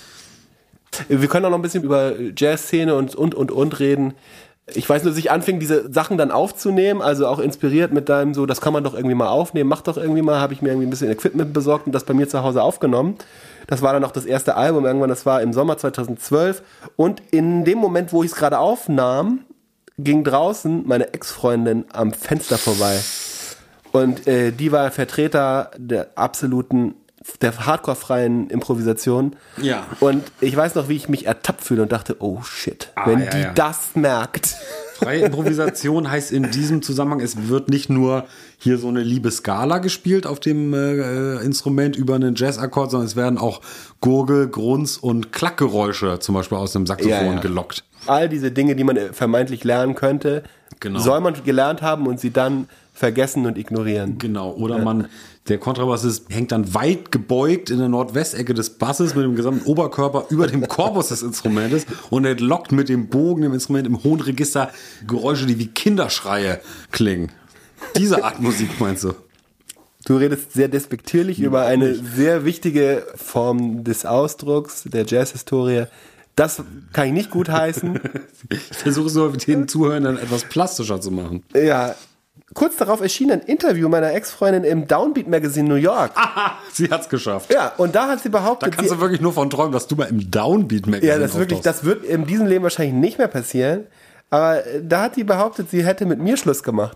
Wir können auch noch ein bisschen über Jazzszene und, und, und, und reden. Ich weiß nur, dass ich anfing, diese Sachen dann aufzunehmen, also auch inspiriert mit deinem so, das kann man doch irgendwie mal aufnehmen, mach doch irgendwie mal, habe ich mir irgendwie ein bisschen Equipment besorgt und das bei mir zu Hause aufgenommen. Das war dann auch das erste Album, irgendwann, das war im Sommer zweitausendzwölf und in dem Moment, wo ich es gerade aufnahm, ging draußen meine Ex-Freundin am Fenster vorbei und äh, die war Vertreter der absoluten der hardcore-freien Improvisation. Ja. Und ich weiß noch, wie ich mich ertappt fühle und dachte, oh shit, ah, wenn ja, die ja. das merkt. Freie Improvisation heißt in diesem Zusammenhang, es wird nicht nur hier so eine liebe Skala gespielt auf dem äh, Instrument über einen Jazzakkord, sondern es werden auch Gurgel, Grunz und Klackgeräusche zum Beispiel aus einem Saxophon ja, ja. gelockt. All diese Dinge, die man vermeintlich lernen könnte, genau. soll man gelernt haben und sie dann vergessen und ignorieren. Genau, oder ja. man, der Kontrabassist hängt dann weit gebeugt in der Nordwestecke des Basses mit dem gesamten Oberkörper über dem Korpus des Instrumentes und er lockt mit dem Bogen, dem Instrument im hohen Register Geräusche, die wie Kinderschreie klingen. Diese Art Musik meinst du? Du redest sehr despektierlich ja, über eine nicht. sehr wichtige Form des Ausdrucks der Jazzhistorie. Das kann ich nicht gut heißen. Ich versuche es nur mit den Zuhörern etwas plastischer zu machen. Ja. Kurz darauf erschien ein Interview meiner Ex-Freundin im Downbeat Magazine New York. Aha, sie hat's geschafft. Ja, und da hat sie behauptet... Da kannst sie, du wirklich nur von träumen, dass du mal im Downbeat Magazine Ja, das wirklich, das wird in diesem Leben wahrscheinlich nicht mehr passieren. Aber da hat sie behauptet, sie hätte mit mir Schluss gemacht.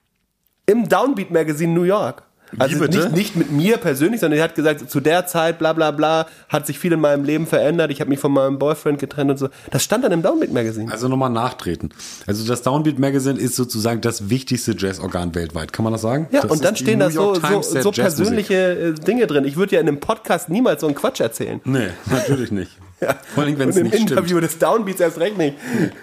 Im Downbeat Magazine New York. Also nicht, nicht mit mir persönlich, sondern sie hat gesagt, zu der Zeit, bla bla bla, hat sich viel in meinem Leben verändert, ich habe mich von meinem Boyfriend getrennt und so. Das stand dann im Downbeat Magazine. Also nochmal nachtreten. Also das Downbeat Magazine ist sozusagen das wichtigste Jazzorgan weltweit, kann man das sagen? Ja, das und dann stehen da so, so, so persönliche Dinge drin. Ich würde ja in einem Podcast niemals so einen Quatsch erzählen. Nee, natürlich nicht. Ja. Vor allem, wenn es nicht stimmt. Im Interview des Downbeats erst recht nicht.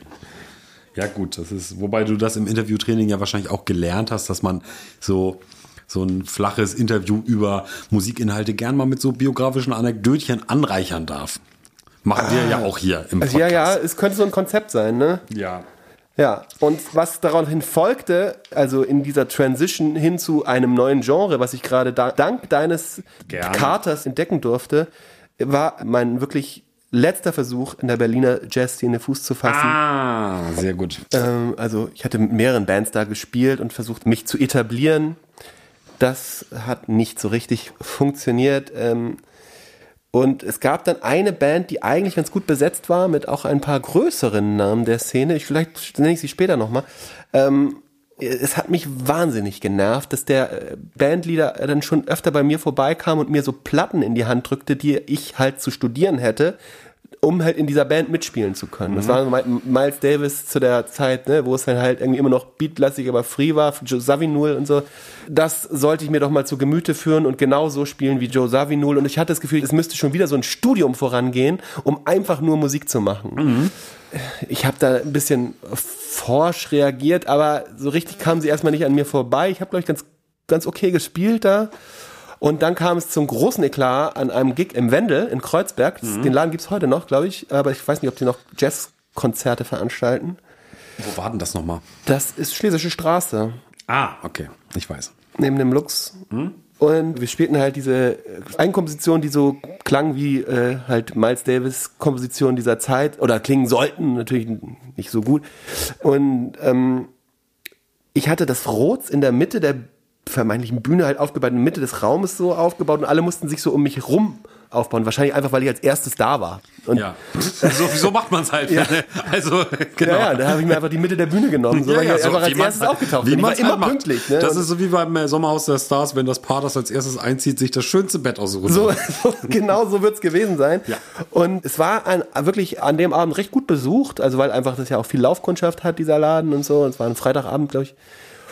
Ja gut, das ist, wobei du das im Interviewtraining ja wahrscheinlich auch gelernt hast, dass man so... so ein flaches Interview über Musikinhalte gern mal mit so biografischen Anekdötchen anreichern darf. Machen wir ah. ja auch hier im Podcast. Ja, ja, es könnte so ein Konzept sein, ne? Ja. Ja, und was daraufhin folgte, also in dieser Transition hin zu einem neuen Genre, was ich gerade da, dank deines Gerne. Katers entdecken durfte, war mein wirklich letzter Versuch, in der Berliner Jazzszene Fuß zu fassen. Ah, sehr gut. Ähm, also ich hatte mit mehreren Bands da gespielt und versucht, mich zu etablieren. Das hat nicht so richtig funktioniert. Ähm, und es gab dann eine Band, die eigentlich ganz gut besetzt war, mit auch ein paar größeren Namen der Szene. Ich, vielleicht nenne ich sie später nochmal. Ähm, es hat mich wahnsinnig genervt, dass der Bandleader dann schon öfter bei mir vorbeikam und mir so Platten in die Hand drückte, die ich halt zu studieren hätte, um halt in dieser Band mitspielen zu können. Mhm. Das war Miles Davis zu der Zeit, ne, wo es dann halt irgendwie immer noch beatlastig, aber free war, Joe Zawinul und so. Das sollte ich mir doch mal zu Gemüte führen und genauso spielen wie Joe Zawinul. Und ich hatte das Gefühl, es müsste schon wieder so ein Studium vorangehen, um einfach nur Musik zu machen. Mhm. Ich habe da ein bisschen forsch reagiert, aber so richtig kamen sie erstmal nicht an mir vorbei. Ich habe, glaube ich, ganz, ganz okay gespielt da. Und dann kam es zum großen Eklat an einem Gig im Wendel in Kreuzberg. Mhm. Den Laden gibt's heute noch, glaube ich. Aber ich weiß nicht, ob die noch Jazzkonzerte veranstalten. Wo war denn das nochmal? Das ist Schlesische Straße. Ah, okay. Ich weiß. Neben dem Lux. Mhm. Und wir spielten halt diese Eigenkomposition, die so klang wie äh, halt Miles Davis Komposition dieser Zeit. Oder klingen sollten, natürlich nicht so gut. Und ähm, ich hatte das Rhodes in der Mitte der vermeintlichen Bühne halt aufgebaut, in der Mitte des Raumes so aufgebaut und alle mussten sich so um mich rum aufbauen. Wahrscheinlich einfach, weil ich als erstes da war. Und ja, so, so macht man es halt. Ja. Also, genau. Ja, ja, da habe ich mir einfach die Mitte der Bühne genommen, so, ja, weil ja, ich so, einfach als erstes halt, aufgetaucht bin. Ich war immer halt pünktlich. Ne? Das ist so wie beim Sommerhaus der Stars, wenn das Paar, das als erstes einzieht, sich das schönste Bett aussucht. So, so, genau so wird es gewesen sein. Ja. Und es war ein, wirklich an dem Abend recht gut besucht, also weil einfach das ja auch viel Laufkundschaft hat, dieser Laden und so. Es war ein Freitagabend, glaube ich.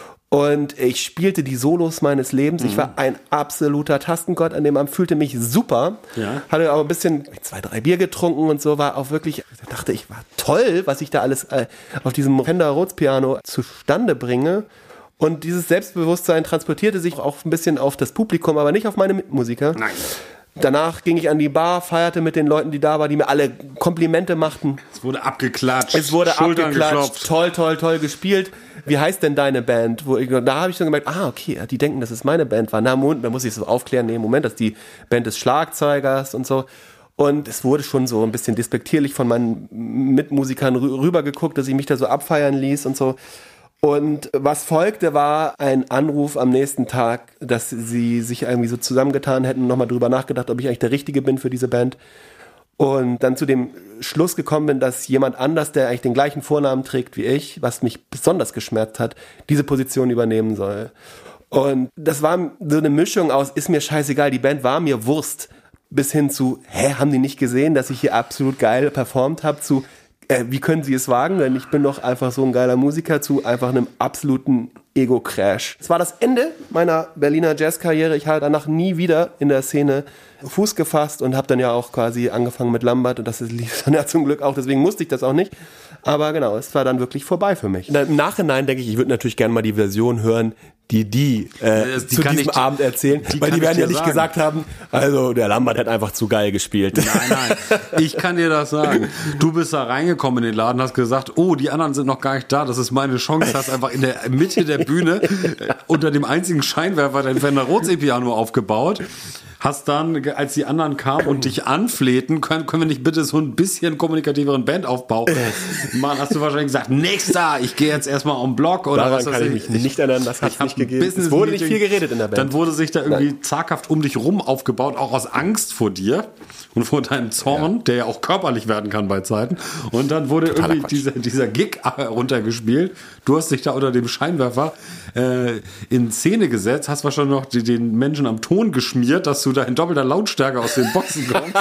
Und ich spielte die Solos meines Lebens. Mhm. Ich war ein absoluter Tastengott an dem Abend, fühlte mich super. Ja. Hatte aber ein bisschen zwei, drei Bier getrunken und so, war auch wirklich, ich dachte, ich war toll, was ich da alles äh, auf diesem Fender Rhodes Piano zustande bringe. Und dieses Selbstbewusstsein transportierte sich auch ein bisschen auf das Publikum, aber nicht auf meine Mitmusiker. Nein. Danach ging ich an die Bar, feierte mit den Leuten, die da waren, die mir alle Komplimente machten. Es wurde abgeklatscht. Es wurde Schultern abgeklatscht. Geklopft. Toll, toll, toll gespielt. Wie heißt denn deine Band? Wo ich, da habe ich dann gemerkt, ah, okay, die denken, dass es meine Band war. Na, Moment, da muss ich so aufklären, nee, Moment, das ist die Band des Schlagzeugers und so. Und es wurde schon so ein bisschen despektierlich von meinen Mitmusikern rübergeguckt, dass ich mich da so abfeiern ließ und so. Und was folgte, war ein Anruf am nächsten Tag, dass sie sich irgendwie so zusammengetan hätten und nochmal drüber nachgedacht, ob ich eigentlich der Richtige bin für diese Band. Und dann zu dem Schluss gekommen bin, dass jemand anders, der eigentlich den gleichen Vornamen trägt wie ich, was mich besonders geschmerzt hat, diese Position übernehmen soll. Und das war so eine Mischung aus, ist mir scheißegal, die Band war mir Wurst, bis hin zu, hä, haben die nicht gesehen, dass ich hier absolut geil performt habe, zu, äh, wie können sie es wagen, denn ich bin doch einfach so ein geiler Musiker, zu einfach einem absoluten Ego-Crash. Es war das Ende meiner Berliner Jazz-Karriere. Ich habe danach nie wieder in der Szene Fuß gefasst und habe dann ja auch quasi angefangen mit Lambert und das lief dann ja zum Glück auch, deswegen musste ich das auch nicht. Aber genau, es war dann wirklich vorbei für mich. Im Nachhinein denke ich, ich würde natürlich gerne mal die Version hören, die die, äh, die zu diesem ich, Abend erzählen, die weil die werden ja nicht sagen. gesagt haben, also der Lambert hat einfach zu geil gespielt. Nein, nein, ich kann dir das sagen. Du bist da reingekommen in den Laden, hast gesagt, oh, die anderen sind noch gar nicht da, das ist meine Chance, hast einfach in der Mitte der Bühne unter dem einzigen Scheinwerfer dein Fender Rhodes E-Piano aufgebaut. Hast dann, als die anderen kamen und dich anflehten, können, können wir nicht bitte so ein bisschen kommunikativeren Bandaufbau machen, hast du wahrscheinlich gesagt, nächster, ich gehe jetzt erstmal am Block oder Daran was kann ich mich nicht erinnern, das hat es nicht gegeben. Es wurde nicht viel geredet in der Band. Dann wurde sich da irgendwie Nein. zaghaft um dich rum aufgebaut, auch aus Angst vor dir und vor deinem Zorn, ja. der ja auch körperlich werden kann bei Zeiten. Und dann wurde Totaler irgendwie dieser, dieser Gig runtergespielt. Du hast dich da unter dem Scheinwerfer äh, in Szene gesetzt, hast wahrscheinlich noch die, den Menschen am Ton geschmiert, dass du da in doppelter Lautstärke aus den Boxen kommst.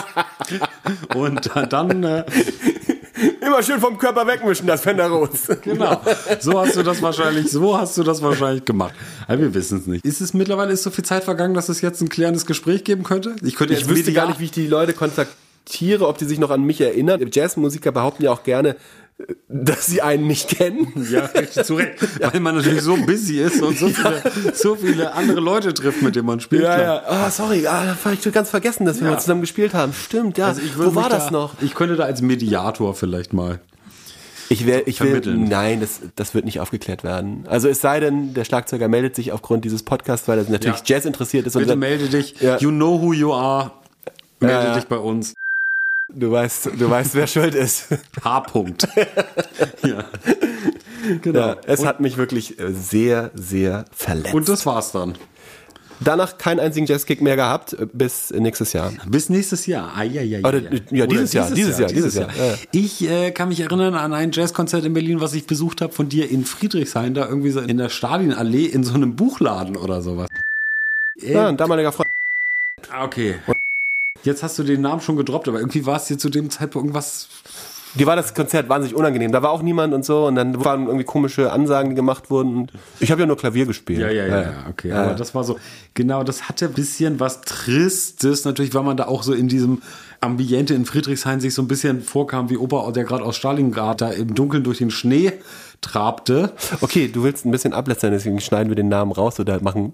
Und dann... Äh, immer schön vom Körper wegmischen, das Fender Rhodes. Genau. So hast du das wahrscheinlich, so hast du das wahrscheinlich gemacht. Aber wir wissen es nicht. Ist es mittlerweile ist so viel Zeit vergangen, dass es jetzt ein klärendes Gespräch geben könnte? Ich könnte jetzt ich wüsste gar nicht, wie ich die Leute kontaktiere, ob die sich noch an mich erinnern. Jazzmusiker behaupten ja auch gerne, dass sie einen nicht kennen. Ja, richtig, zu Recht. Ja. Weil man natürlich so busy ist und so viele, so viele andere Leute trifft, mit denen man spielt. Ja, ja. Oh, sorry, ah, da habe ich ganz vergessen, dass wir ja. mal zusammen gespielt haben. Stimmt, ja. Also Wo war das da, noch? Ich könnte da als Mediator vielleicht mal Ich will, ich will, nein, das, das wird nicht aufgeklärt werden. Also es sei denn, der Schlagzeuger meldet sich aufgrund dieses Podcasts, weil er natürlich ja. Jazz interessiert ist. Bitte und melde dich. Ja. You know who you are. Melde ja. dich bei uns. Du weißt, du weißt, wer schuld ist. H. -Punkt. Ja. Genau. Ja, es und hat mich wirklich sehr, sehr verletzt. Und das war's dann. danach keinen einzigen Jazzgig mehr gehabt, bis nächstes Jahr. Bis nächstes Jahr. Ah, ja, ja, ja, Oder, ja, dieses Jahr, dieses Jahr, dieses Jahr. Jahr. Ja. Ich äh, kann mich erinnern an ein Jazzkonzert in Berlin, was ich besucht habe von dir in Friedrichshain, da irgendwie so in der Stadionallee in so einem Buchladen oder sowas. Äh, ja, ein damaliger Freund. Okay. Jetzt hast du den Namen schon gedroppt, aber irgendwie war es dir zu dem Zeitpunkt irgendwas... Die war das Konzert wahnsinnig unangenehm. Da war auch niemand und so und dann waren irgendwie komische Ansagen, die gemacht wurden. Und ich habe ja nur Klavier gespielt. Ja, ja, ja, ja. okay. Ja. Aber das war so, genau, das hatte ein bisschen was Tristes. Natürlich, weil man da auch so in diesem Ambiente in Friedrichshain sich so ein bisschen vorkam wie Opa, der gerade aus Stalingrad da im Dunkeln durch den Schnee trabte. Okay, du willst ein bisschen ablästern, deswegen schneiden wir den Namen raus oder machen...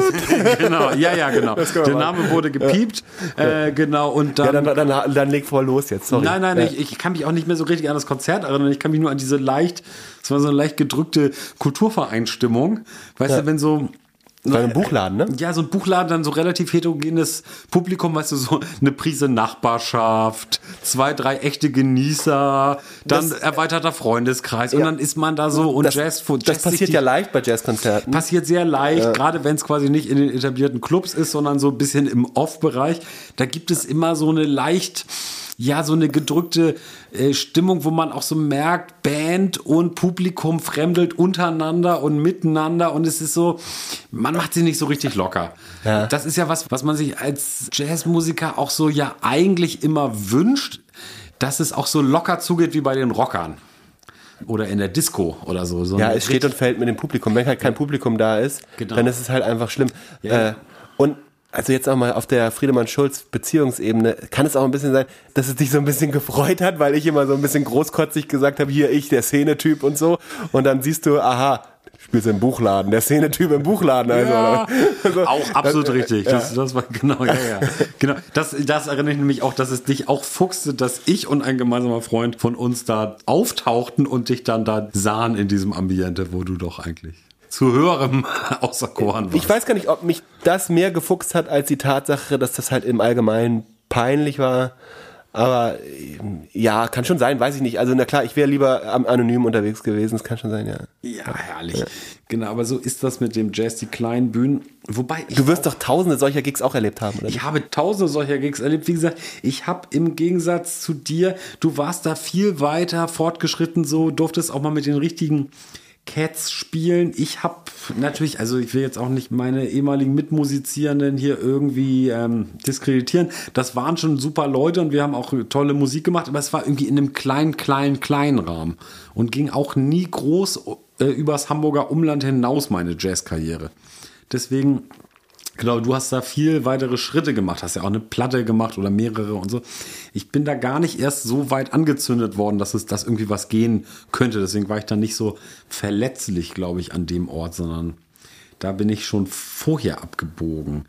Genau, ja, ja, genau. Der Name wurde gepiept, ja. äh, genau, und dann... Ja, dann, dann, dann leg vor los jetzt, sorry. Nein, nein, ja. ich, ich kann mich auch nicht mehr so richtig an das Konzert erinnern, ich kann mich nur an diese leicht, es war so eine leicht gedrückte Kulturvereinsstimmung, weißt ja. du, wenn so... Das war ein Buchladen, ne? Ja, so ein Buchladen, dann so relativ heterogenes Publikum, weißt du, so eine Prise Nachbarschaft, zwei, drei echte Genießer, dann das, erweiterter Freundeskreis und ja. dann ist man da so und das, Jazz... Das Jazz passiert ja leicht bei Jazzkonzerten. Passiert sehr leicht, ja. gerade wenn es quasi nicht in den etablierten Clubs ist, sondern so ein bisschen im Off-Bereich. Da gibt es immer so eine leicht... Ja, so eine gedrückte äh, Stimmung, wo man auch so merkt, Band und Publikum fremdelt untereinander und miteinander und es ist so, man macht sich nicht so richtig locker. Ja. Das ist ja was, was man sich als Jazzmusiker auch so ja eigentlich immer wünscht, dass es auch so locker zugeht wie bei den Rockern. Oder in der Disco oder so. so ja, es steht und fällt mit dem Publikum. Wenn halt kein Publikum da ist, genau. dann ist es halt einfach schlimm. Ja. Äh, und Also jetzt auch mal auf der Friedemann-Schulz-Beziehungsebene, kann es auch ein bisschen sein, dass es dich so ein bisschen gefreut hat, weil ich immer so ein bisschen großkotzig gesagt habe, hier ich, der Szenetyp und so. Und dann siehst du, aha, spielst im Buchladen, der Szenetyp im Buchladen. Also, ja, also, auch absolut das, richtig. Ja. Das, das war genau, ja, ja. Genau. Das, das erinnere ich nämlich auch, dass es dich auch fuchste, dass ich und ein gemeinsamer Freund von uns da auftauchten und dich dann da sahen in diesem Ambiente, wo du doch eigentlich zu höherem auserkoren warst. Ich weiß gar nicht, ob mich das mehr gefuchst hat, als die Tatsache, dass das halt im Allgemeinen peinlich war. Aber ja, kann schon sein, weiß ich nicht. Also na klar, ich wäre lieber anonym unterwegs gewesen, das kann schon sein, ja. Ja, herrlich. Ja. Genau, aber so ist das mit dem Jazz, die kleinen Bühnen. Wobei ich du wirst doch tausende solcher Gigs auch erlebt haben, oder? Ich habe tausende solcher Gigs erlebt. Wie gesagt, ich habe im Gegensatz zu dir, du warst da viel weiter fortgeschritten, so durftest auch mal mit den richtigen Cats spielen. Ich habe natürlich, also ich will jetzt auch nicht meine ehemaligen Mitmusizierenden hier irgendwie ähm, diskreditieren. Das waren schon super Leute und wir haben auch tolle Musik gemacht, aber es war irgendwie in einem kleinen, kleinen, kleinen Rahmen und ging auch nie groß äh, übers Hamburger Umland hinaus, meine Jazzkarriere. Deswegen, genau, du hast da viel weitere Schritte gemacht, hast ja auch eine Platte gemacht oder mehrere und so. Ich bin da gar nicht erst so weit angezündet worden, dass es das irgendwie was gehen könnte. Deswegen war ich da nicht so verletzlich, glaube ich, an dem Ort, sondern da bin ich schon vorher abgebogen.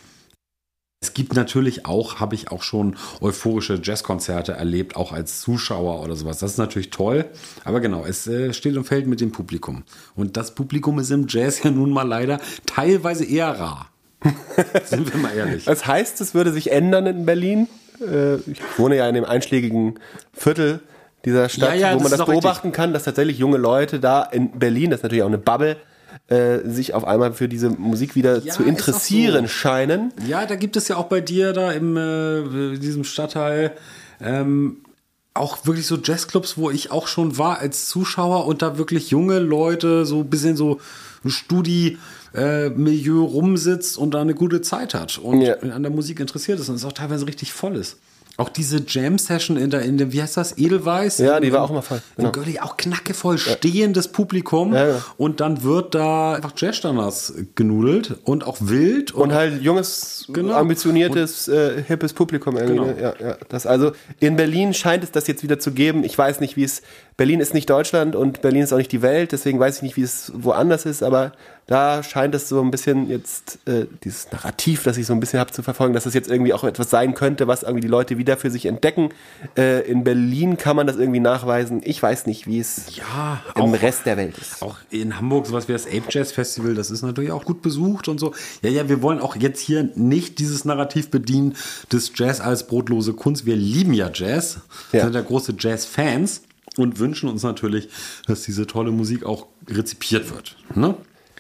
Es gibt natürlich auch, habe ich auch schon euphorische Jazzkonzerte erlebt, auch als Zuschauer oder sowas. Das ist natürlich toll, aber genau, es äh, steht und fällt mit dem Publikum. Und das Publikum ist im Jazz ja nun mal leider teilweise eher rar. Sind wir mal ehrlich. Das heißt, es würde sich ändern in Berlin? Ich wohne ja in dem einschlägigen Viertel dieser Stadt, ja, ja, wo man das, das beobachten richtig. kann, dass tatsächlich junge Leute da in Berlin, das ist natürlich auch eine Bubble, äh, sich auf einmal für diese Musik wieder ja, zu interessieren so. scheinen. Ja, da gibt es ja auch bei dir da im äh, diesem Stadtteil ähm, auch wirklich so Jazzclubs, wo ich auch schon war als Zuschauer und da wirklich junge Leute so ein bisschen so Studi Äh, Milieu rumsitzt und da eine gute Zeit hat und ja. an der Musik interessiert ist und es auch teilweise richtig voll ist. Auch diese Jam-Session in der, in dem, wie heißt das, Edelweiß? Ja, die war auch immer voll. Genau. In Görli auch knackevoll, stehendes Publikum ja, ja. und dann wird da einfach Jazzstandards genudelt und auch wild. Und, und halt junges, genau. ambitioniertes, und, äh, hippes Publikum irgendwie. Genau. Ja, ja. Das also in Berlin scheint es das jetzt wieder zu geben. Ich weiß nicht, wie es, Berlin ist nicht Deutschland und Berlin ist auch nicht die Welt, deswegen weiß ich nicht, wie es woanders ist, aber da scheint es so ein bisschen jetzt, äh, dieses Narrativ, das ich so ein bisschen habe zu verfolgen, dass es jetzt irgendwie auch etwas sein könnte, was irgendwie die Leute wieder für sich entdecken. Äh, in Berlin kann man das irgendwie nachweisen. Ich weiß nicht, wie es ja, im auch, Rest der Welt ist. Auch in Hamburg sowas wie das Ape Jazz Festival, das ist natürlich auch gut besucht und so. Ja, ja, wir wollen auch jetzt hier nicht dieses Narrativ bedienen des Jazz als brotlose Kunst. Wir lieben ja Jazz, ja. sind ja große Jazz-Fans und wünschen uns natürlich, dass diese tolle Musik auch rezipiert wird. Ne?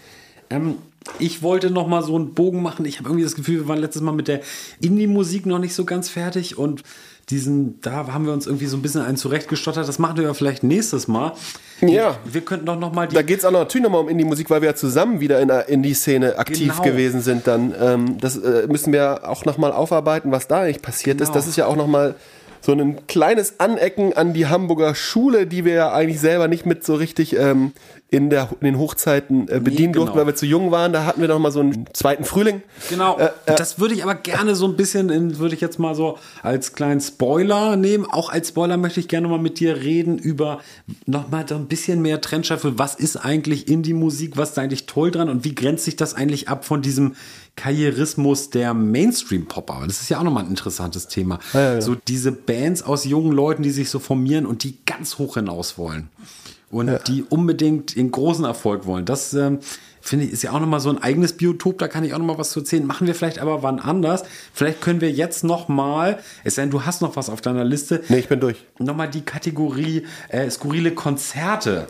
Ähm, ich wollte noch mal so einen Bogen machen. Ich habe irgendwie das Gefühl, wir waren letztes Mal mit der Indie-Musik noch nicht so ganz fertig und diesen, da haben wir uns irgendwie so ein bisschen einen zurechtgestottert. Das machen wir ja vielleicht nächstes Mal. Ja. Wir könnten doch noch mal die... Da geht es auch noch, natürlich nochmal um Indie-Musik, weil wir ja zusammen wieder in der Indie-Szene aktiv Genau. gewesen sind. Dann ähm, das äh, müssen wir auch nochmal aufarbeiten, was da eigentlich passiert Genau. ist. Das ist ja auch nochmal so ein kleines Anecken an die Hamburger Schule, die wir ja eigentlich selber nicht mit so richtig ähm, in, der, in den Hochzeiten äh, bedienen Nee, genau. durften, weil wir zu jung waren. Da hatten wir noch mal so einen zweiten Frühling. Genau, Äh, äh, das würde ich aber gerne so ein bisschen, in, würde ich jetzt mal so als kleinen Spoiler nehmen. Auch als Spoiler möchte ich gerne mal mit dir reden über nochmal so ein bisschen mehr Trennschärfe. Was ist eigentlich Indie-Musik? Was ist da eigentlich toll dran? Und wie grenzt sich das eigentlich ab von diesem Karrierismus der Mainstream-Popper? Das ist ja auch nochmal ein interessantes Thema. Ja, ja, ja. So diese Bands aus jungen Leuten, die sich so formieren und die ganz hoch hinaus wollen. Und Ja. die unbedingt den großen Erfolg wollen. Das ähm, finde ich, ist ja auch nochmal so ein eigenes Biotop. Da kann ich auch nochmal was zu erzählen. Machen wir vielleicht aber wann anders. Vielleicht können wir jetzt nochmal, es sei denn, du hast noch was auf deiner Liste. Nee, ich bin durch. Nochmal die Kategorie äh, skurrile Konzerte.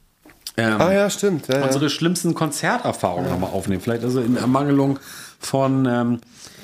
Ähm, Ah ja, stimmt. Ja, ja. unsere schlimmsten Konzerterfahrungen nochmal aufnehmen. Vielleicht also in Ermangelung von ähm,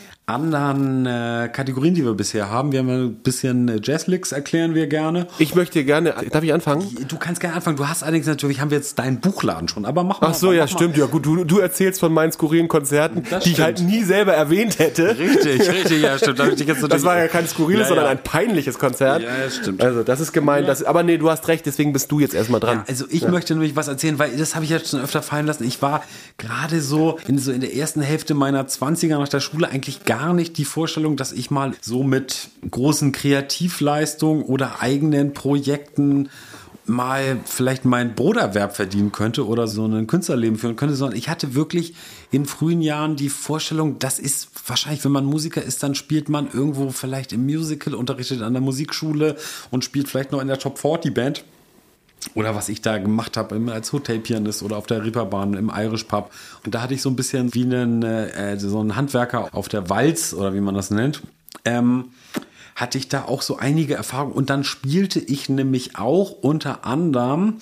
anderen äh, Kategorien, die wir bisher haben. Wir haben ein bisschen äh, Jazzlicks, erklären wir gerne. Ich möchte gerne, darf ich anfangen? Du kannst gerne anfangen. Du hast allerdings natürlich, haben wir jetzt deinen Buchladen schon, aber mach mal. Ach so, mach ja, mal. stimmt. Ja, gut, du, du erzählst von meinen skurrilen Konzerten, Das die ich halt stimmt. nie selber erwähnt hätte. Richtig, richtig, ja, stimmt. Da hab ich dich jetzt Das natürlich- war ja kein skurriles, Ja, sondern ja. ein peinliches Konzert. Ja, das stimmt. Also, das ist gemein. Das, aber nee, du hast recht, deswegen bist du jetzt erstmal dran. Ja, also ich möchte nämlich was erzählen, weil das habe ich jetzt schon öfter fallen lassen. Ich war gerade so in, so in der ersten Hälfte meiner zwanziger nach der Schule eigentlich gar nicht die Vorstellung, dass ich mal so mit großen Kreativleistungen oder eigenen Projekten mal vielleicht mein Broterwerb verdienen könnte oder so ein Künstlerleben führen könnte, sondern ich hatte wirklich in frühen Jahren die Vorstellung, das ist wahrscheinlich, wenn man Musiker ist, dann spielt man irgendwo vielleicht im Musical, unterrichtet an der Musikschule und spielt vielleicht noch in der Top vierzig Band. Oder was ich da gemacht habe als Hotelpianist oder auf der Reeperbahn im Irish Pub. Und da hatte ich so ein bisschen wie einen, äh, so einen Handwerker auf der Walz oder wie man das nennt. Ähm, hatte ich da auch so einige Erfahrungen. Und dann spielte ich nämlich auch unter anderem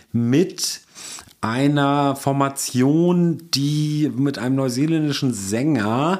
mit einer Formation, die mit einem neuseeländischen Sänger,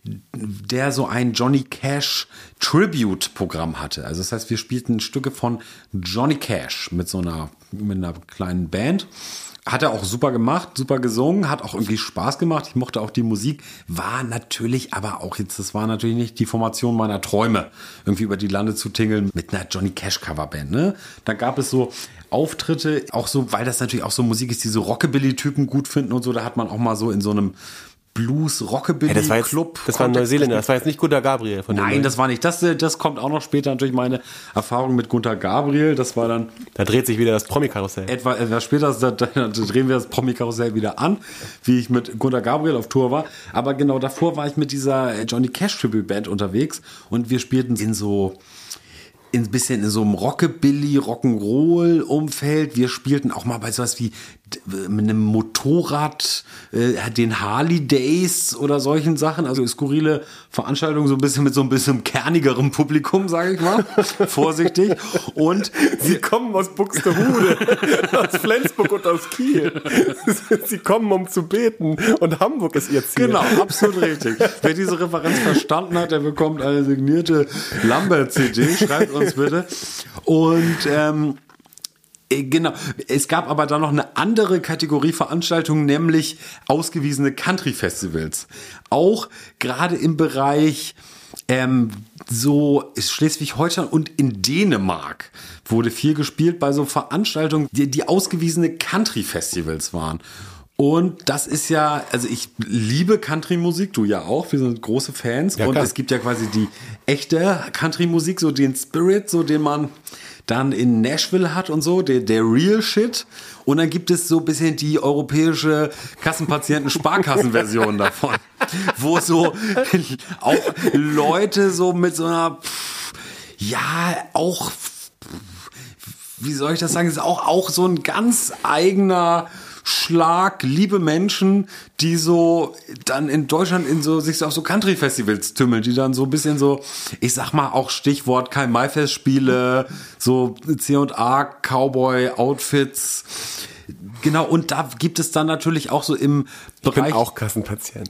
der so ein Johnny Cash Tribute-Programm hatte. Also das heißt, wir spielten Stücke von Johnny Cash mit so einer, mit einer kleinen Band. Hat er auch super gemacht, super gesungen, hat auch irgendwie Spaß gemacht. Ich mochte auch die Musik, war natürlich aber auch jetzt, das war natürlich nicht die Formation meiner Träume, irgendwie über die Lande zu tingeln mit einer Johnny Cash Coverband, ne? Da gab es so Auftritte, auch so, weil das natürlich auch so Musik ist, die so Rockabilly-Typen gut finden und so, da hat man auch mal so in so einem Blues-Rockabilly-Club. Hey, das war jetzt, das war ein Neuseeländer, das war jetzt nicht Gunther Gabriel von dem. Nein, das war nicht. Das, das kommt auch noch später natürlich meine Erfahrung mit Gunther Gabriel. Das war dann Da dreht sich wieder das Promi-Karussell. etwa, etwas später, da, da drehen wir das Promi-Karussell wieder an, wie ich mit Gunther Gabriel auf Tour war. Aber genau davor war ich mit dieser Johnny Cash Tribute Band unterwegs und wir spielten in so ein bisschen in so einem Rockabilly, Rock'n'Roll-Umfeld. Wir spielten auch mal bei sowas wie mit einem Motorrad, äh, den Harley Days oder solchen Sachen. Also skurrile Veranstaltungen, so ein bisschen mit so ein bisschen kernigerem Publikum, sage ich mal. Vorsichtig. Und Sie kommen aus Buxtehude, aus Flensburg und aus Kiel. Sie kommen, um zu beten und Hamburg ist ihr Ziel. genau, absolut richtig. Wer diese Referenz verstanden hat, der bekommt eine signierte Lambert-C D. Schreibt uns bitte. Und ähm, genau, es gab aber dann noch eine andere Kategorie Veranstaltungen, nämlich ausgewiesene Country-Festivals. Auch gerade im Bereich ähm, so Schleswig-Holstein und in Dänemark wurde viel gespielt bei so Veranstaltungen, die, die ausgewiesene Country-Festivals waren. Und das ist ja, also ich liebe Country-Musik, du ja auch, wir sind große Fans. Ja, und klar. es gibt ja quasi die echte Country-Musik, so den Spirit, so den man dann in Nashville hat und so, der, der Real Shit. Und dann gibt es so ein bisschen die europäische Kassenpatienten-Sparkassen-Version davon, wo so auch Leute so mit so einer, ja, auch, wie soll ich das sagen, ist auch, auch so ein ganz eigener Schlag, liebe Menschen, die so dann in Deutschland in so sich auf so Country-Festivals tümmeln, die dann so ein bisschen so, ich sag mal auch Stichwort Karl-May-Festspiele, so C und A Cowboy-Outfits, Genau, und da gibt es dann natürlich auch so im Bereich... Ich bin auch Kassenpatient.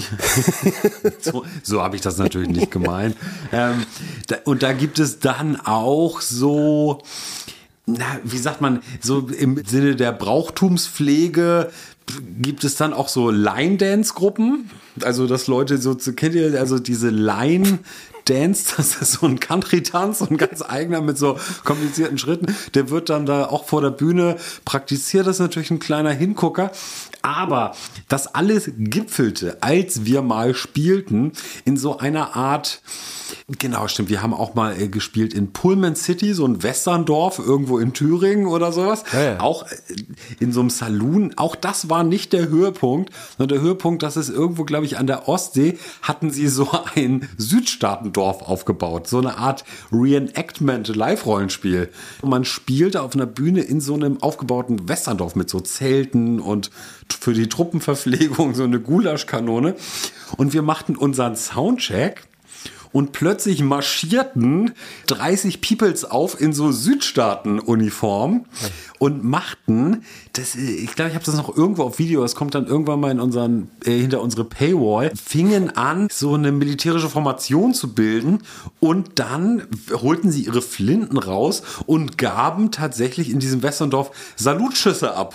so so habe ich das natürlich nicht gemeint. Ähm, da, und da gibt es dann auch so... Na, wie sagt man, so im Sinne der Brauchtumspflege gibt es dann auch so Line-Dance-Gruppen. Also, dass Leute so, kennt ihr, also diese Line- Dance, das ist so ein Country-Tanz, so ein ganz eigener mit so komplizierten Schritten. Der wird dann da auch vor der Bühne praktiziert. Das ist natürlich ein kleiner Hingucker. Aber das alles gipfelte, als wir mal spielten, in so einer Art, genau, stimmt, wir haben auch mal äh, gespielt in Pullman City, so ein Westerndorf, irgendwo in Thüringen oder sowas. Ja, ja. Auch äh, in so einem Saloon. Auch das war nicht der Höhepunkt, sondern der Höhepunkt, das ist irgendwo, glaube ich, an der Ostsee, hatten sie so ein Südstaatendorf aufgebaut. So eine Art Reenactment, Live-Rollenspiel. Und man spielte auf einer Bühne in so einem aufgebauten Westerndorf mit so Zelten und für die Truppenverpflegung so eine Gulaschkanone. Und wir machten unseren Soundcheck und plötzlich marschierten dreißig Peoples auf in so Südstaaten-Uniform und machten, das, ich glaube, ich habe das noch irgendwo auf Video, das kommt dann irgendwann mal in unseren, äh, hinter unsere Paywall, fingen an, so eine militärische Formation zu bilden und dann holten sie ihre Flinten raus und gaben tatsächlich in diesem Westerndorf Salutschüsse ab.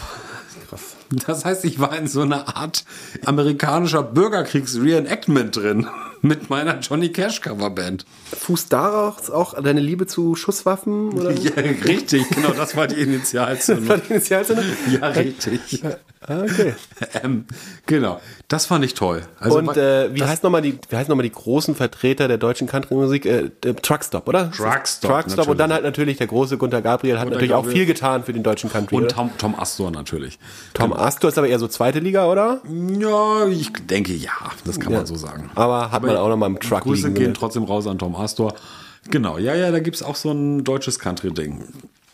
Das heißt, ich war in so einer Art amerikanischer Bürgerkriegs-Reenactment drin mit meiner Johnny Cash Coverband. Fußt daraus auch deine Liebe zu Schusswaffen? Oder? Ja, richtig, genau, das war die Initialzündung. Das war die Initialzündung? Ja, richtig. Okay. Ähm, genau, das fand ich toll. Also, und äh, wie heißt nochmal die, wie heißen nochmal die großen Vertreter der deutschen Country-Musik? Äh, Truckstop, oder? Truckstop, Truckstop natürlich. Und dann halt natürlich der große Gunther Gabriel hat Gunther natürlich auch Gabriel. viel getan für den deutschen Country. Und oder? Tom, Tom Astor natürlich. Tom Astor ist aber eher so zweite Liga, oder? Ja, ich denke, ja, das kann Ja. man so sagen. Aber hat man auch nochmal im Truck Grüße liegen. gehen Ne? trotzdem raus an Tom Astor. Genau, ja, ja, da gibt's auch so ein deutsches Country-Ding.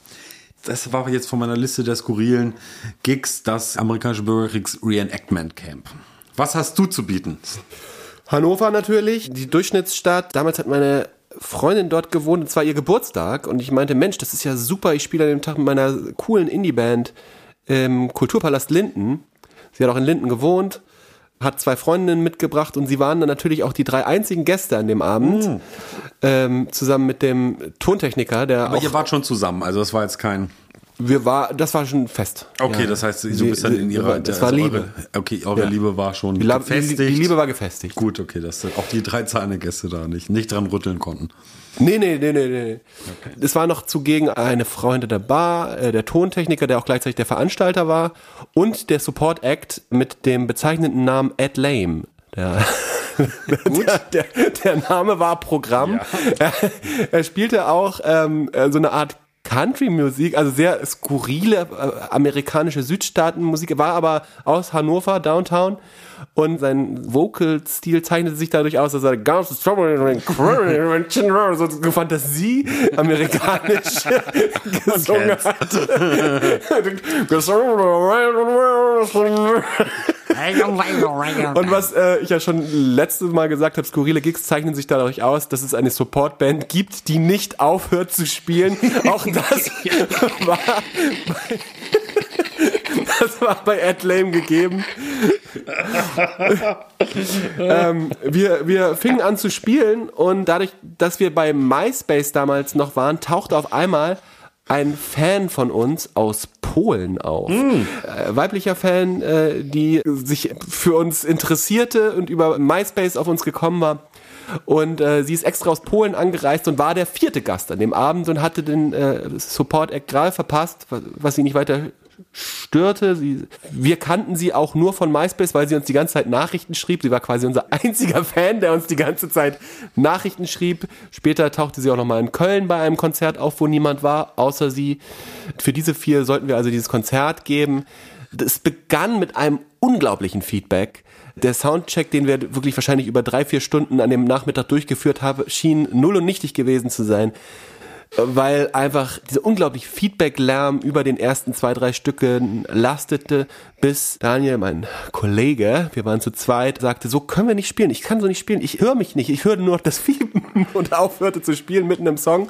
Das war jetzt von meiner Liste der skurrilen Gigs, das amerikanische Bürgerkriegs-Reenactment Camp. Was hast du zu bieten? Hannover natürlich, die Durchschnittsstadt. Damals hat meine Freundin dort gewohnt, und zwar ihr Geburtstag. Und ich meinte, Mensch, das ist ja super, ich spiele an dem Tag mit meiner coolen Indie-Band im Kulturpalast Linden. Sie hat auch in Linden gewohnt, hat zwei Freundinnen mitgebracht und sie waren dann natürlich auch die drei einzigen Gäste an dem Abend, mm. ähm, zusammen mit dem Tontechniker, der Aber auch... ihr wart schon zusammen, also das war jetzt kein... Wir war, das war schon fest. Okay, ja. das heißt, du Sie, bist dann in ihrer... Das war Liebe. Eure, okay, eure ja. Liebe war schon die La- gefestigt. Die, die Liebe war gefestigt. Gut, okay, dass auch die drei Zahnegäste da nicht, nicht dran rütteln konnten. Nee, nee, nee, nee, nee. Okay. Es war noch zugegen eine Frau hinter der Bar, äh, der Tontechniker, der auch gleichzeitig der Veranstalter war und der Support Act mit dem bezeichnenden Namen Ed Lame. Der, Gut. der, der, der Name war Programm. Ja. Er, er spielte auch ähm, so eine Art Country-Musik, also sehr skurrile äh, amerikanische Südstaaten-Musik, war aber aus Hannover, Downtown, und sein Vocal-Stil zeichnete sich dadurch aus, dass er ganz so Fantasie amerikanisch gesungen hat. Und was äh, ich ja schon letztes Mal gesagt habe, skurrile Gigs zeichnen sich dadurch aus, dass es eine Supportband gibt, die nicht aufhört zu spielen. Auch das war bei, das war bei Ed Lame gegeben. ähm, wir, wir fingen an zu spielen und dadurch, dass wir bei MySpace damals noch waren, tauchte auf einmal ein Fan von uns aus Polen auf. Mm. Äh, weiblicher Fan, äh, die sich für uns interessierte und über MySpace auf uns gekommen war. Und äh, sie ist extra aus Polen angereist und war der vierte Gast an dem Abend und hatte den äh, Support-Act gerade verpasst, was, was sie nicht weiter störte. Sie, wir kannten sie auch nur von MySpace, weil sie uns die ganze Zeit Nachrichten schrieb. Sie war quasi unser einziger Fan, der uns die ganze Zeit Nachrichten schrieb. Später tauchte sie auch nochmal in Köln bei einem Konzert auf, wo niemand war, außer sie. Für diese vier sollten wir also dieses Konzert geben. Es begann mit einem unglaublichen Feedback. Der Soundcheck, den wir wirklich wahrscheinlich über drei, vier Stunden an dem Nachmittag durchgeführt haben, schien null und nichtig gewesen zu sein. Weil einfach dieser unglaubliche Feedback-Lärm über den ersten zwei, drei Stücken lastete, bis Daniel, mein Kollege, wir waren zu zweit, sagte, so können wir nicht spielen, ich kann so nicht spielen, ich höre mich nicht, ich höre nur noch das Fiepen und aufhörte zu spielen mitten im Song.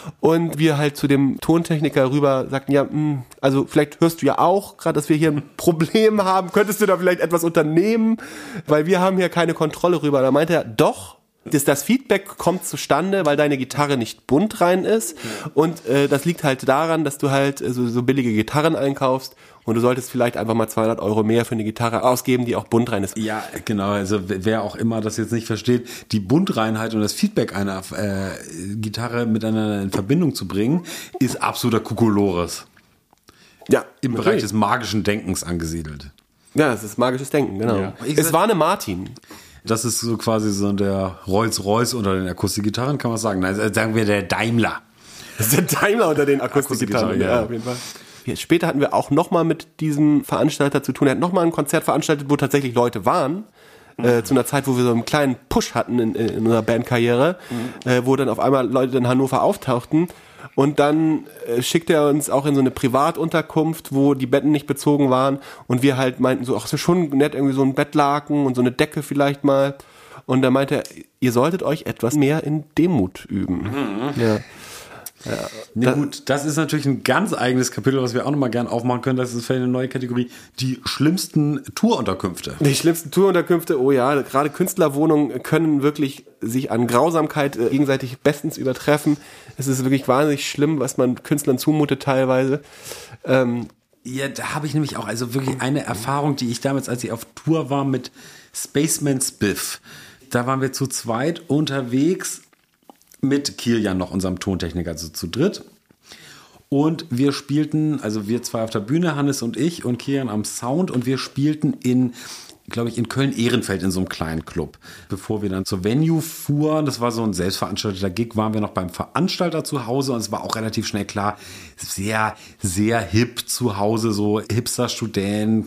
Und wir halt zu dem Tontechniker rüber sagten, ja, mh, also vielleicht hörst du ja auch gerade, dass wir hier ein Problem haben. Könntest du da vielleicht etwas unternehmen? Weil wir haben hier keine Kontrolle rüber. Da meinte er, doch. Das, das Feedback kommt zustande, weil deine Gitarre nicht bunt rein ist und äh, das liegt halt daran, dass du halt äh, so, so billige Gitarren einkaufst und du solltest vielleicht einfach mal zweihundert Euro mehr für eine Gitarre ausgeben, die auch bunt rein ist. Ja, genau, also wer auch immer das jetzt nicht versteht, die Buntreinheit und das Feedback einer äh, Gitarre miteinander in Verbindung zu bringen, ist absoluter Kokolores. Ja, im natürlich. Bereich des magischen Denkens angesiedelt. Ja, das ist magisches Denken, genau. Ja. Es war eine Martin. Das ist so quasi so der Rolls-Royce unter den Akustikgitarren, kann man sagen. Nein, sagen wir der Daimler. Das ist der Daimler unter den Akustikgitarren, ja, auf jeden Fall. Ja, später hatten wir auch nochmal mit diesem Veranstalter zu tun. Er hat nochmal ein Konzert veranstaltet, wo tatsächlich Leute waren. Mhm. Äh, zu einer Zeit, wo wir so einen kleinen Push hatten in, in unserer Bandkarriere, mhm. äh, wo dann auf einmal Leute in Hannover auftauchten. Und dann äh, schickte er uns auch in so eine Privatunterkunft, wo die Betten nicht bezogen waren. Und wir halt meinten so, ach, ist schon nett, irgendwie so ein Bettlaken und so eine Decke vielleicht mal. Und da meinte er, ihr solltet euch etwas mehr in Demut üben. Mhm. Ja. Ja, nee, gut, das ist natürlich ein ganz eigenes Kapitel, was wir auch nochmal gerne aufmachen können. Das ist vielleicht eine neue Kategorie. Die schlimmsten Tourunterkünfte. Die schlimmsten Tourunterkünfte, oh ja, gerade Künstlerwohnungen können wirklich sich an Grausamkeit äh, gegenseitig bestens übertreffen. Es ist wirklich wahnsinnig schlimm, was man Künstlern zumutet teilweise. Ähm, ja, da habe ich nämlich auch also wirklich eine Erfahrung, die ich damals, als ich auf Tour war mit Spaceman Spiff. Da waren wir zu zweit unterwegs mit Kilian noch, unserem Tontechniker, also zu dritt. Und wir spielten, also wir zwei auf der Bühne, Hannes und ich und Kilian am Sound, und wir spielten in, glaube ich, in Köln-Ehrenfeld in so einem kleinen Club. Bevor wir dann zur Venue fuhren, das war so ein selbstveranstalteter Gig, waren wir noch beim Veranstalter zu Hause, und es war auch relativ schnell klar, sehr, sehr hip zu Hause, so Hipster-Student,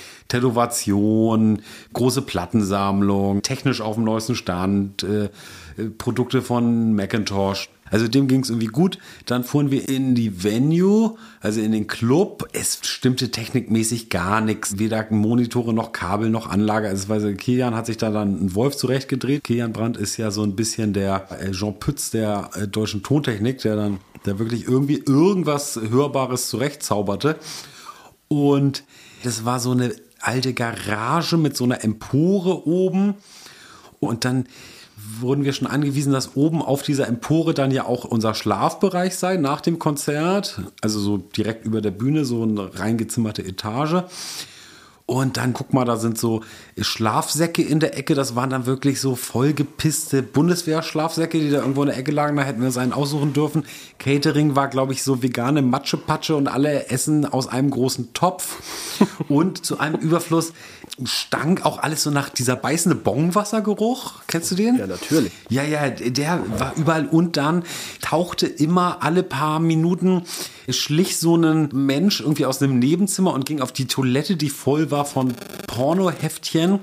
Tätowation, große Plattensammlung, technisch auf dem neuesten Stand, äh, Produkte von Macintosh. Also dem ging es irgendwie gut. Dann fuhren wir in die Venue, also in den Club. Es stimmte technikmäßig gar nichts. Weder Monitore noch Kabel noch Anlage. Also weil Kilian hat sich da dann einen Wolf zurechtgedreht. Kilian Brandt ist ja so ein bisschen der Jean Pütz der deutschen Tontechnik, der dann der wirklich irgendwie irgendwas Hörbares zurechtzauberte. Und das war so eine alte Garage mit so einer Empore oben. Und dann wurden wir schon angewiesen, dass oben auf dieser Empore dann ja auch unser Schlafbereich sei nach dem Konzert. Also so direkt über der Bühne, so eine reingezimmerte Etage. Und dann, guck mal, da sind so Schlafsäcke in der Ecke. Das waren dann wirklich so vollgepisste Bundeswehr-Schlafsäcke, die da irgendwo in der Ecke lagen. Da hätten wir uns einen aussuchen dürfen. Catering war, glaube ich, so vegane Matschepatsche und alle essen aus einem großen Topf. Und zu einem Überfluss stank auch alles so nach dieser beißende Bongwassergeruch. Kennst du den? Ja, natürlich. Ja, ja, der war überall. Und dann tauchte immer alle paar Minuten, schlich so ein Mensch irgendwie aus einem Nebenzimmer und ging auf die Toilette, die voll war von Pornoheftchen.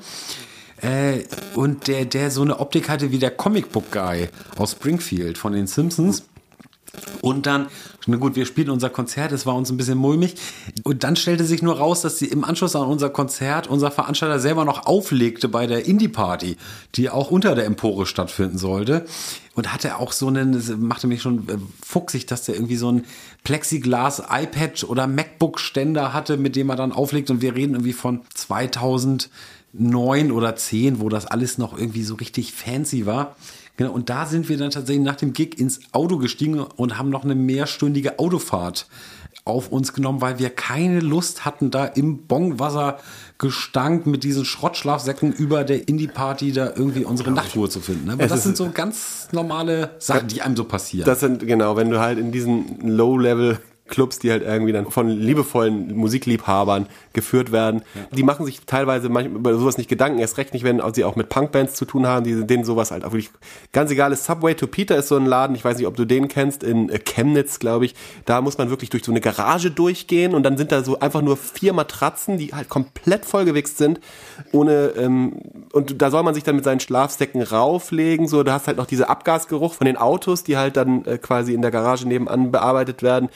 Äh, und der, der so eine Optik hatte wie der Comic-Book-Guy aus Springfield von den Simpsons. Und dann, na gut, wir spielten unser Konzert, es war uns ein bisschen mulmig. Und dann stellte sich nur raus, dass sie im Anschluss an unser Konzert unser Veranstalter selber noch auflegte bei der Indie-Party, die auch unter der Empore stattfinden sollte. Und hatte auch so einen, das machte mich schon fuchsig, dass der irgendwie so ein Plexiglas-iPad oder MacBook-Ständer hatte, mit dem er dann auflegt. Und wir reden irgendwie von zweitausendneun oder zehn, wo das alles noch irgendwie so richtig fancy war. Genau, und da sind wir dann tatsächlich nach dem Gig ins Auto gestiegen und haben noch eine mehrstündige Autofahrt auf uns genommen, weil wir keine Lust hatten, da im Bongwassergestank mit diesen Schrottschlafsäcken über der Indie-Party da irgendwie unsere Nachtruhe zu finden. Aber das sind so ganz normale Sachen, die einem so passieren. Das sind, genau, wenn du halt in diesen Low-Level Clubs, die halt irgendwie dann von liebevollen Musikliebhabern geführt werden. Ja. Die machen sich teilweise manchmal über sowas nicht Gedanken, erst recht nicht, wenn sie auch mit Punkbands zu tun haben, die, denen sowas halt auch wirklich ganz egal ist. Subway to Peter ist so ein Laden, ich weiß nicht, ob du den kennst, in Chemnitz, glaube ich. Da muss man wirklich durch so eine Garage durchgehen und dann sind da so einfach nur vier Matratzen, die halt komplett vollgewichst sind, ohne, ähm, und da soll man sich dann mit seinen Schlafsäcken rauflegen, so, da hast halt noch diese Abgasgeruch von den Autos, die halt dann äh, quasi in der Garage nebenan bearbeitet werden, mit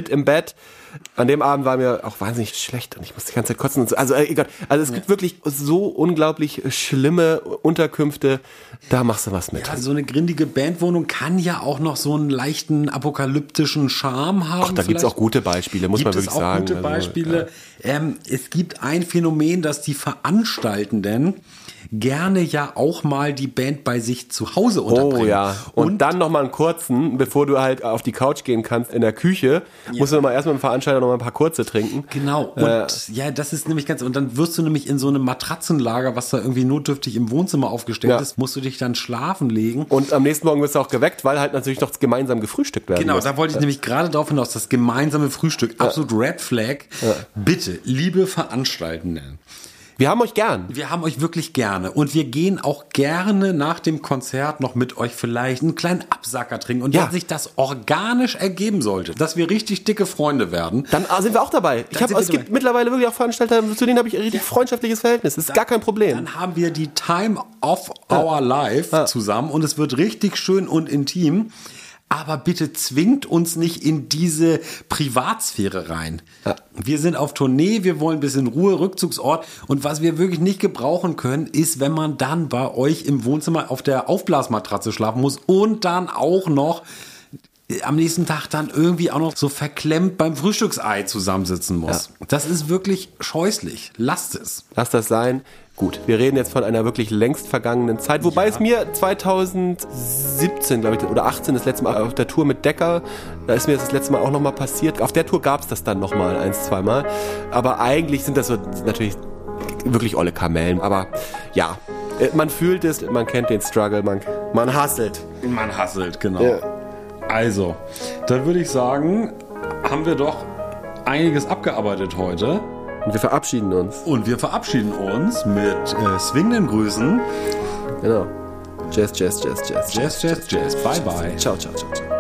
Shit im Bett. An dem Abend war mir auch wahnsinnig schlecht und ich musste die ganze Zeit kotzen und so. Also äh, egal. Also es gibt ja. wirklich so unglaublich schlimme Unterkünfte, da machst du was mit. Ja, so eine grindige Bandwohnung kann ja auch noch so einen leichten apokalyptischen Charme haben. Ach, da gibt es auch gute Beispiele, muss gibt man wirklich es auch sagen. Gute Beispiele. Also, ja. ähm, es gibt ein Phänomen, dass die Veranstaltenden gerne ja auch mal die Band bei sich zu Hause unterbringen. Oh ja. Und, und dann noch mal einen kurzen, bevor du halt auf die Couch gehen kannst in der Küche, ja. musst du noch mal erst mit dem Veranstalter noch mal ein paar kurze trinken. Genau. Und äh, ja, das ist nämlich ganz, und dann wirst du nämlich in so einem Matratzenlager, was da irgendwie notdürftig im Wohnzimmer aufgestellt ja. ist, musst du dich dann schlafen legen. Und am nächsten Morgen wirst du auch geweckt, weil halt natürlich noch gemeinsam gefrühstückt werden Genau, muss. da wollte ich ja. nämlich gerade drauf hinaus, das gemeinsame Frühstück, absolut ja. Red Flag. Ja. Bitte, liebe Veranstaltenden, wir haben euch gern. Wir haben euch wirklich gerne. Und wir gehen auch gerne nach dem Konzert noch mit euch vielleicht einen kleinen Absacker trinken. Und ja. wenn sich das organisch ergeben sollte, dass wir richtig dicke Freunde werden, dann sind wir auch dabei. Ich hab, es gibt dabei. mittlerweile wirklich auch Veranstalter, zu denen habe ich ein richtig ja. freundschaftliches Verhältnis. Das ist dann, gar kein Problem. Dann haben wir die Time of our life ja. zusammen und es wird richtig schön und intim. Aber bitte zwingt uns nicht in diese Privatsphäre rein. Ja. Wir sind auf Tournee, wir wollen ein bisschen Ruhe, Rückzugsort. Und was wir wirklich nicht gebrauchen können, ist, wenn man dann bei euch im Wohnzimmer auf der Aufblasmatratze schlafen muss und dann auch noch am nächsten Tag dann irgendwie auch noch so verklemmt beim Frühstücksei zusammensitzen muss. Ja. Das ist wirklich scheußlich. Lasst es. Lasst das sein. Gut, wir reden jetzt von einer wirklich längst vergangenen Zeit, wobei ja. es mir zwanzig siebzehn, glaube ich, oder achtzehn das letzte Mal auf der Tour mit Decker, da ist mir das, das letzte Mal auch nochmal passiert. Auf der Tour gab es das dann nochmal, eins, zweimal. Aber eigentlich sind das so natürlich wirklich olle Kamellen. Aber ja, man fühlt es, man kennt den Struggle, man, man hustelt. Man hustelt, genau. Ja. Also, dann würde ich sagen, haben wir doch einiges abgearbeitet heute. Und wir verabschieden uns. Und wir verabschieden uns mit äh, swingenden Grüßen. Genau. Jazz, Jazz, Jazz, Jazz. Jazz, Jazz, Jazz. Bye, bye. Ciao, ciao, ciao, ciao.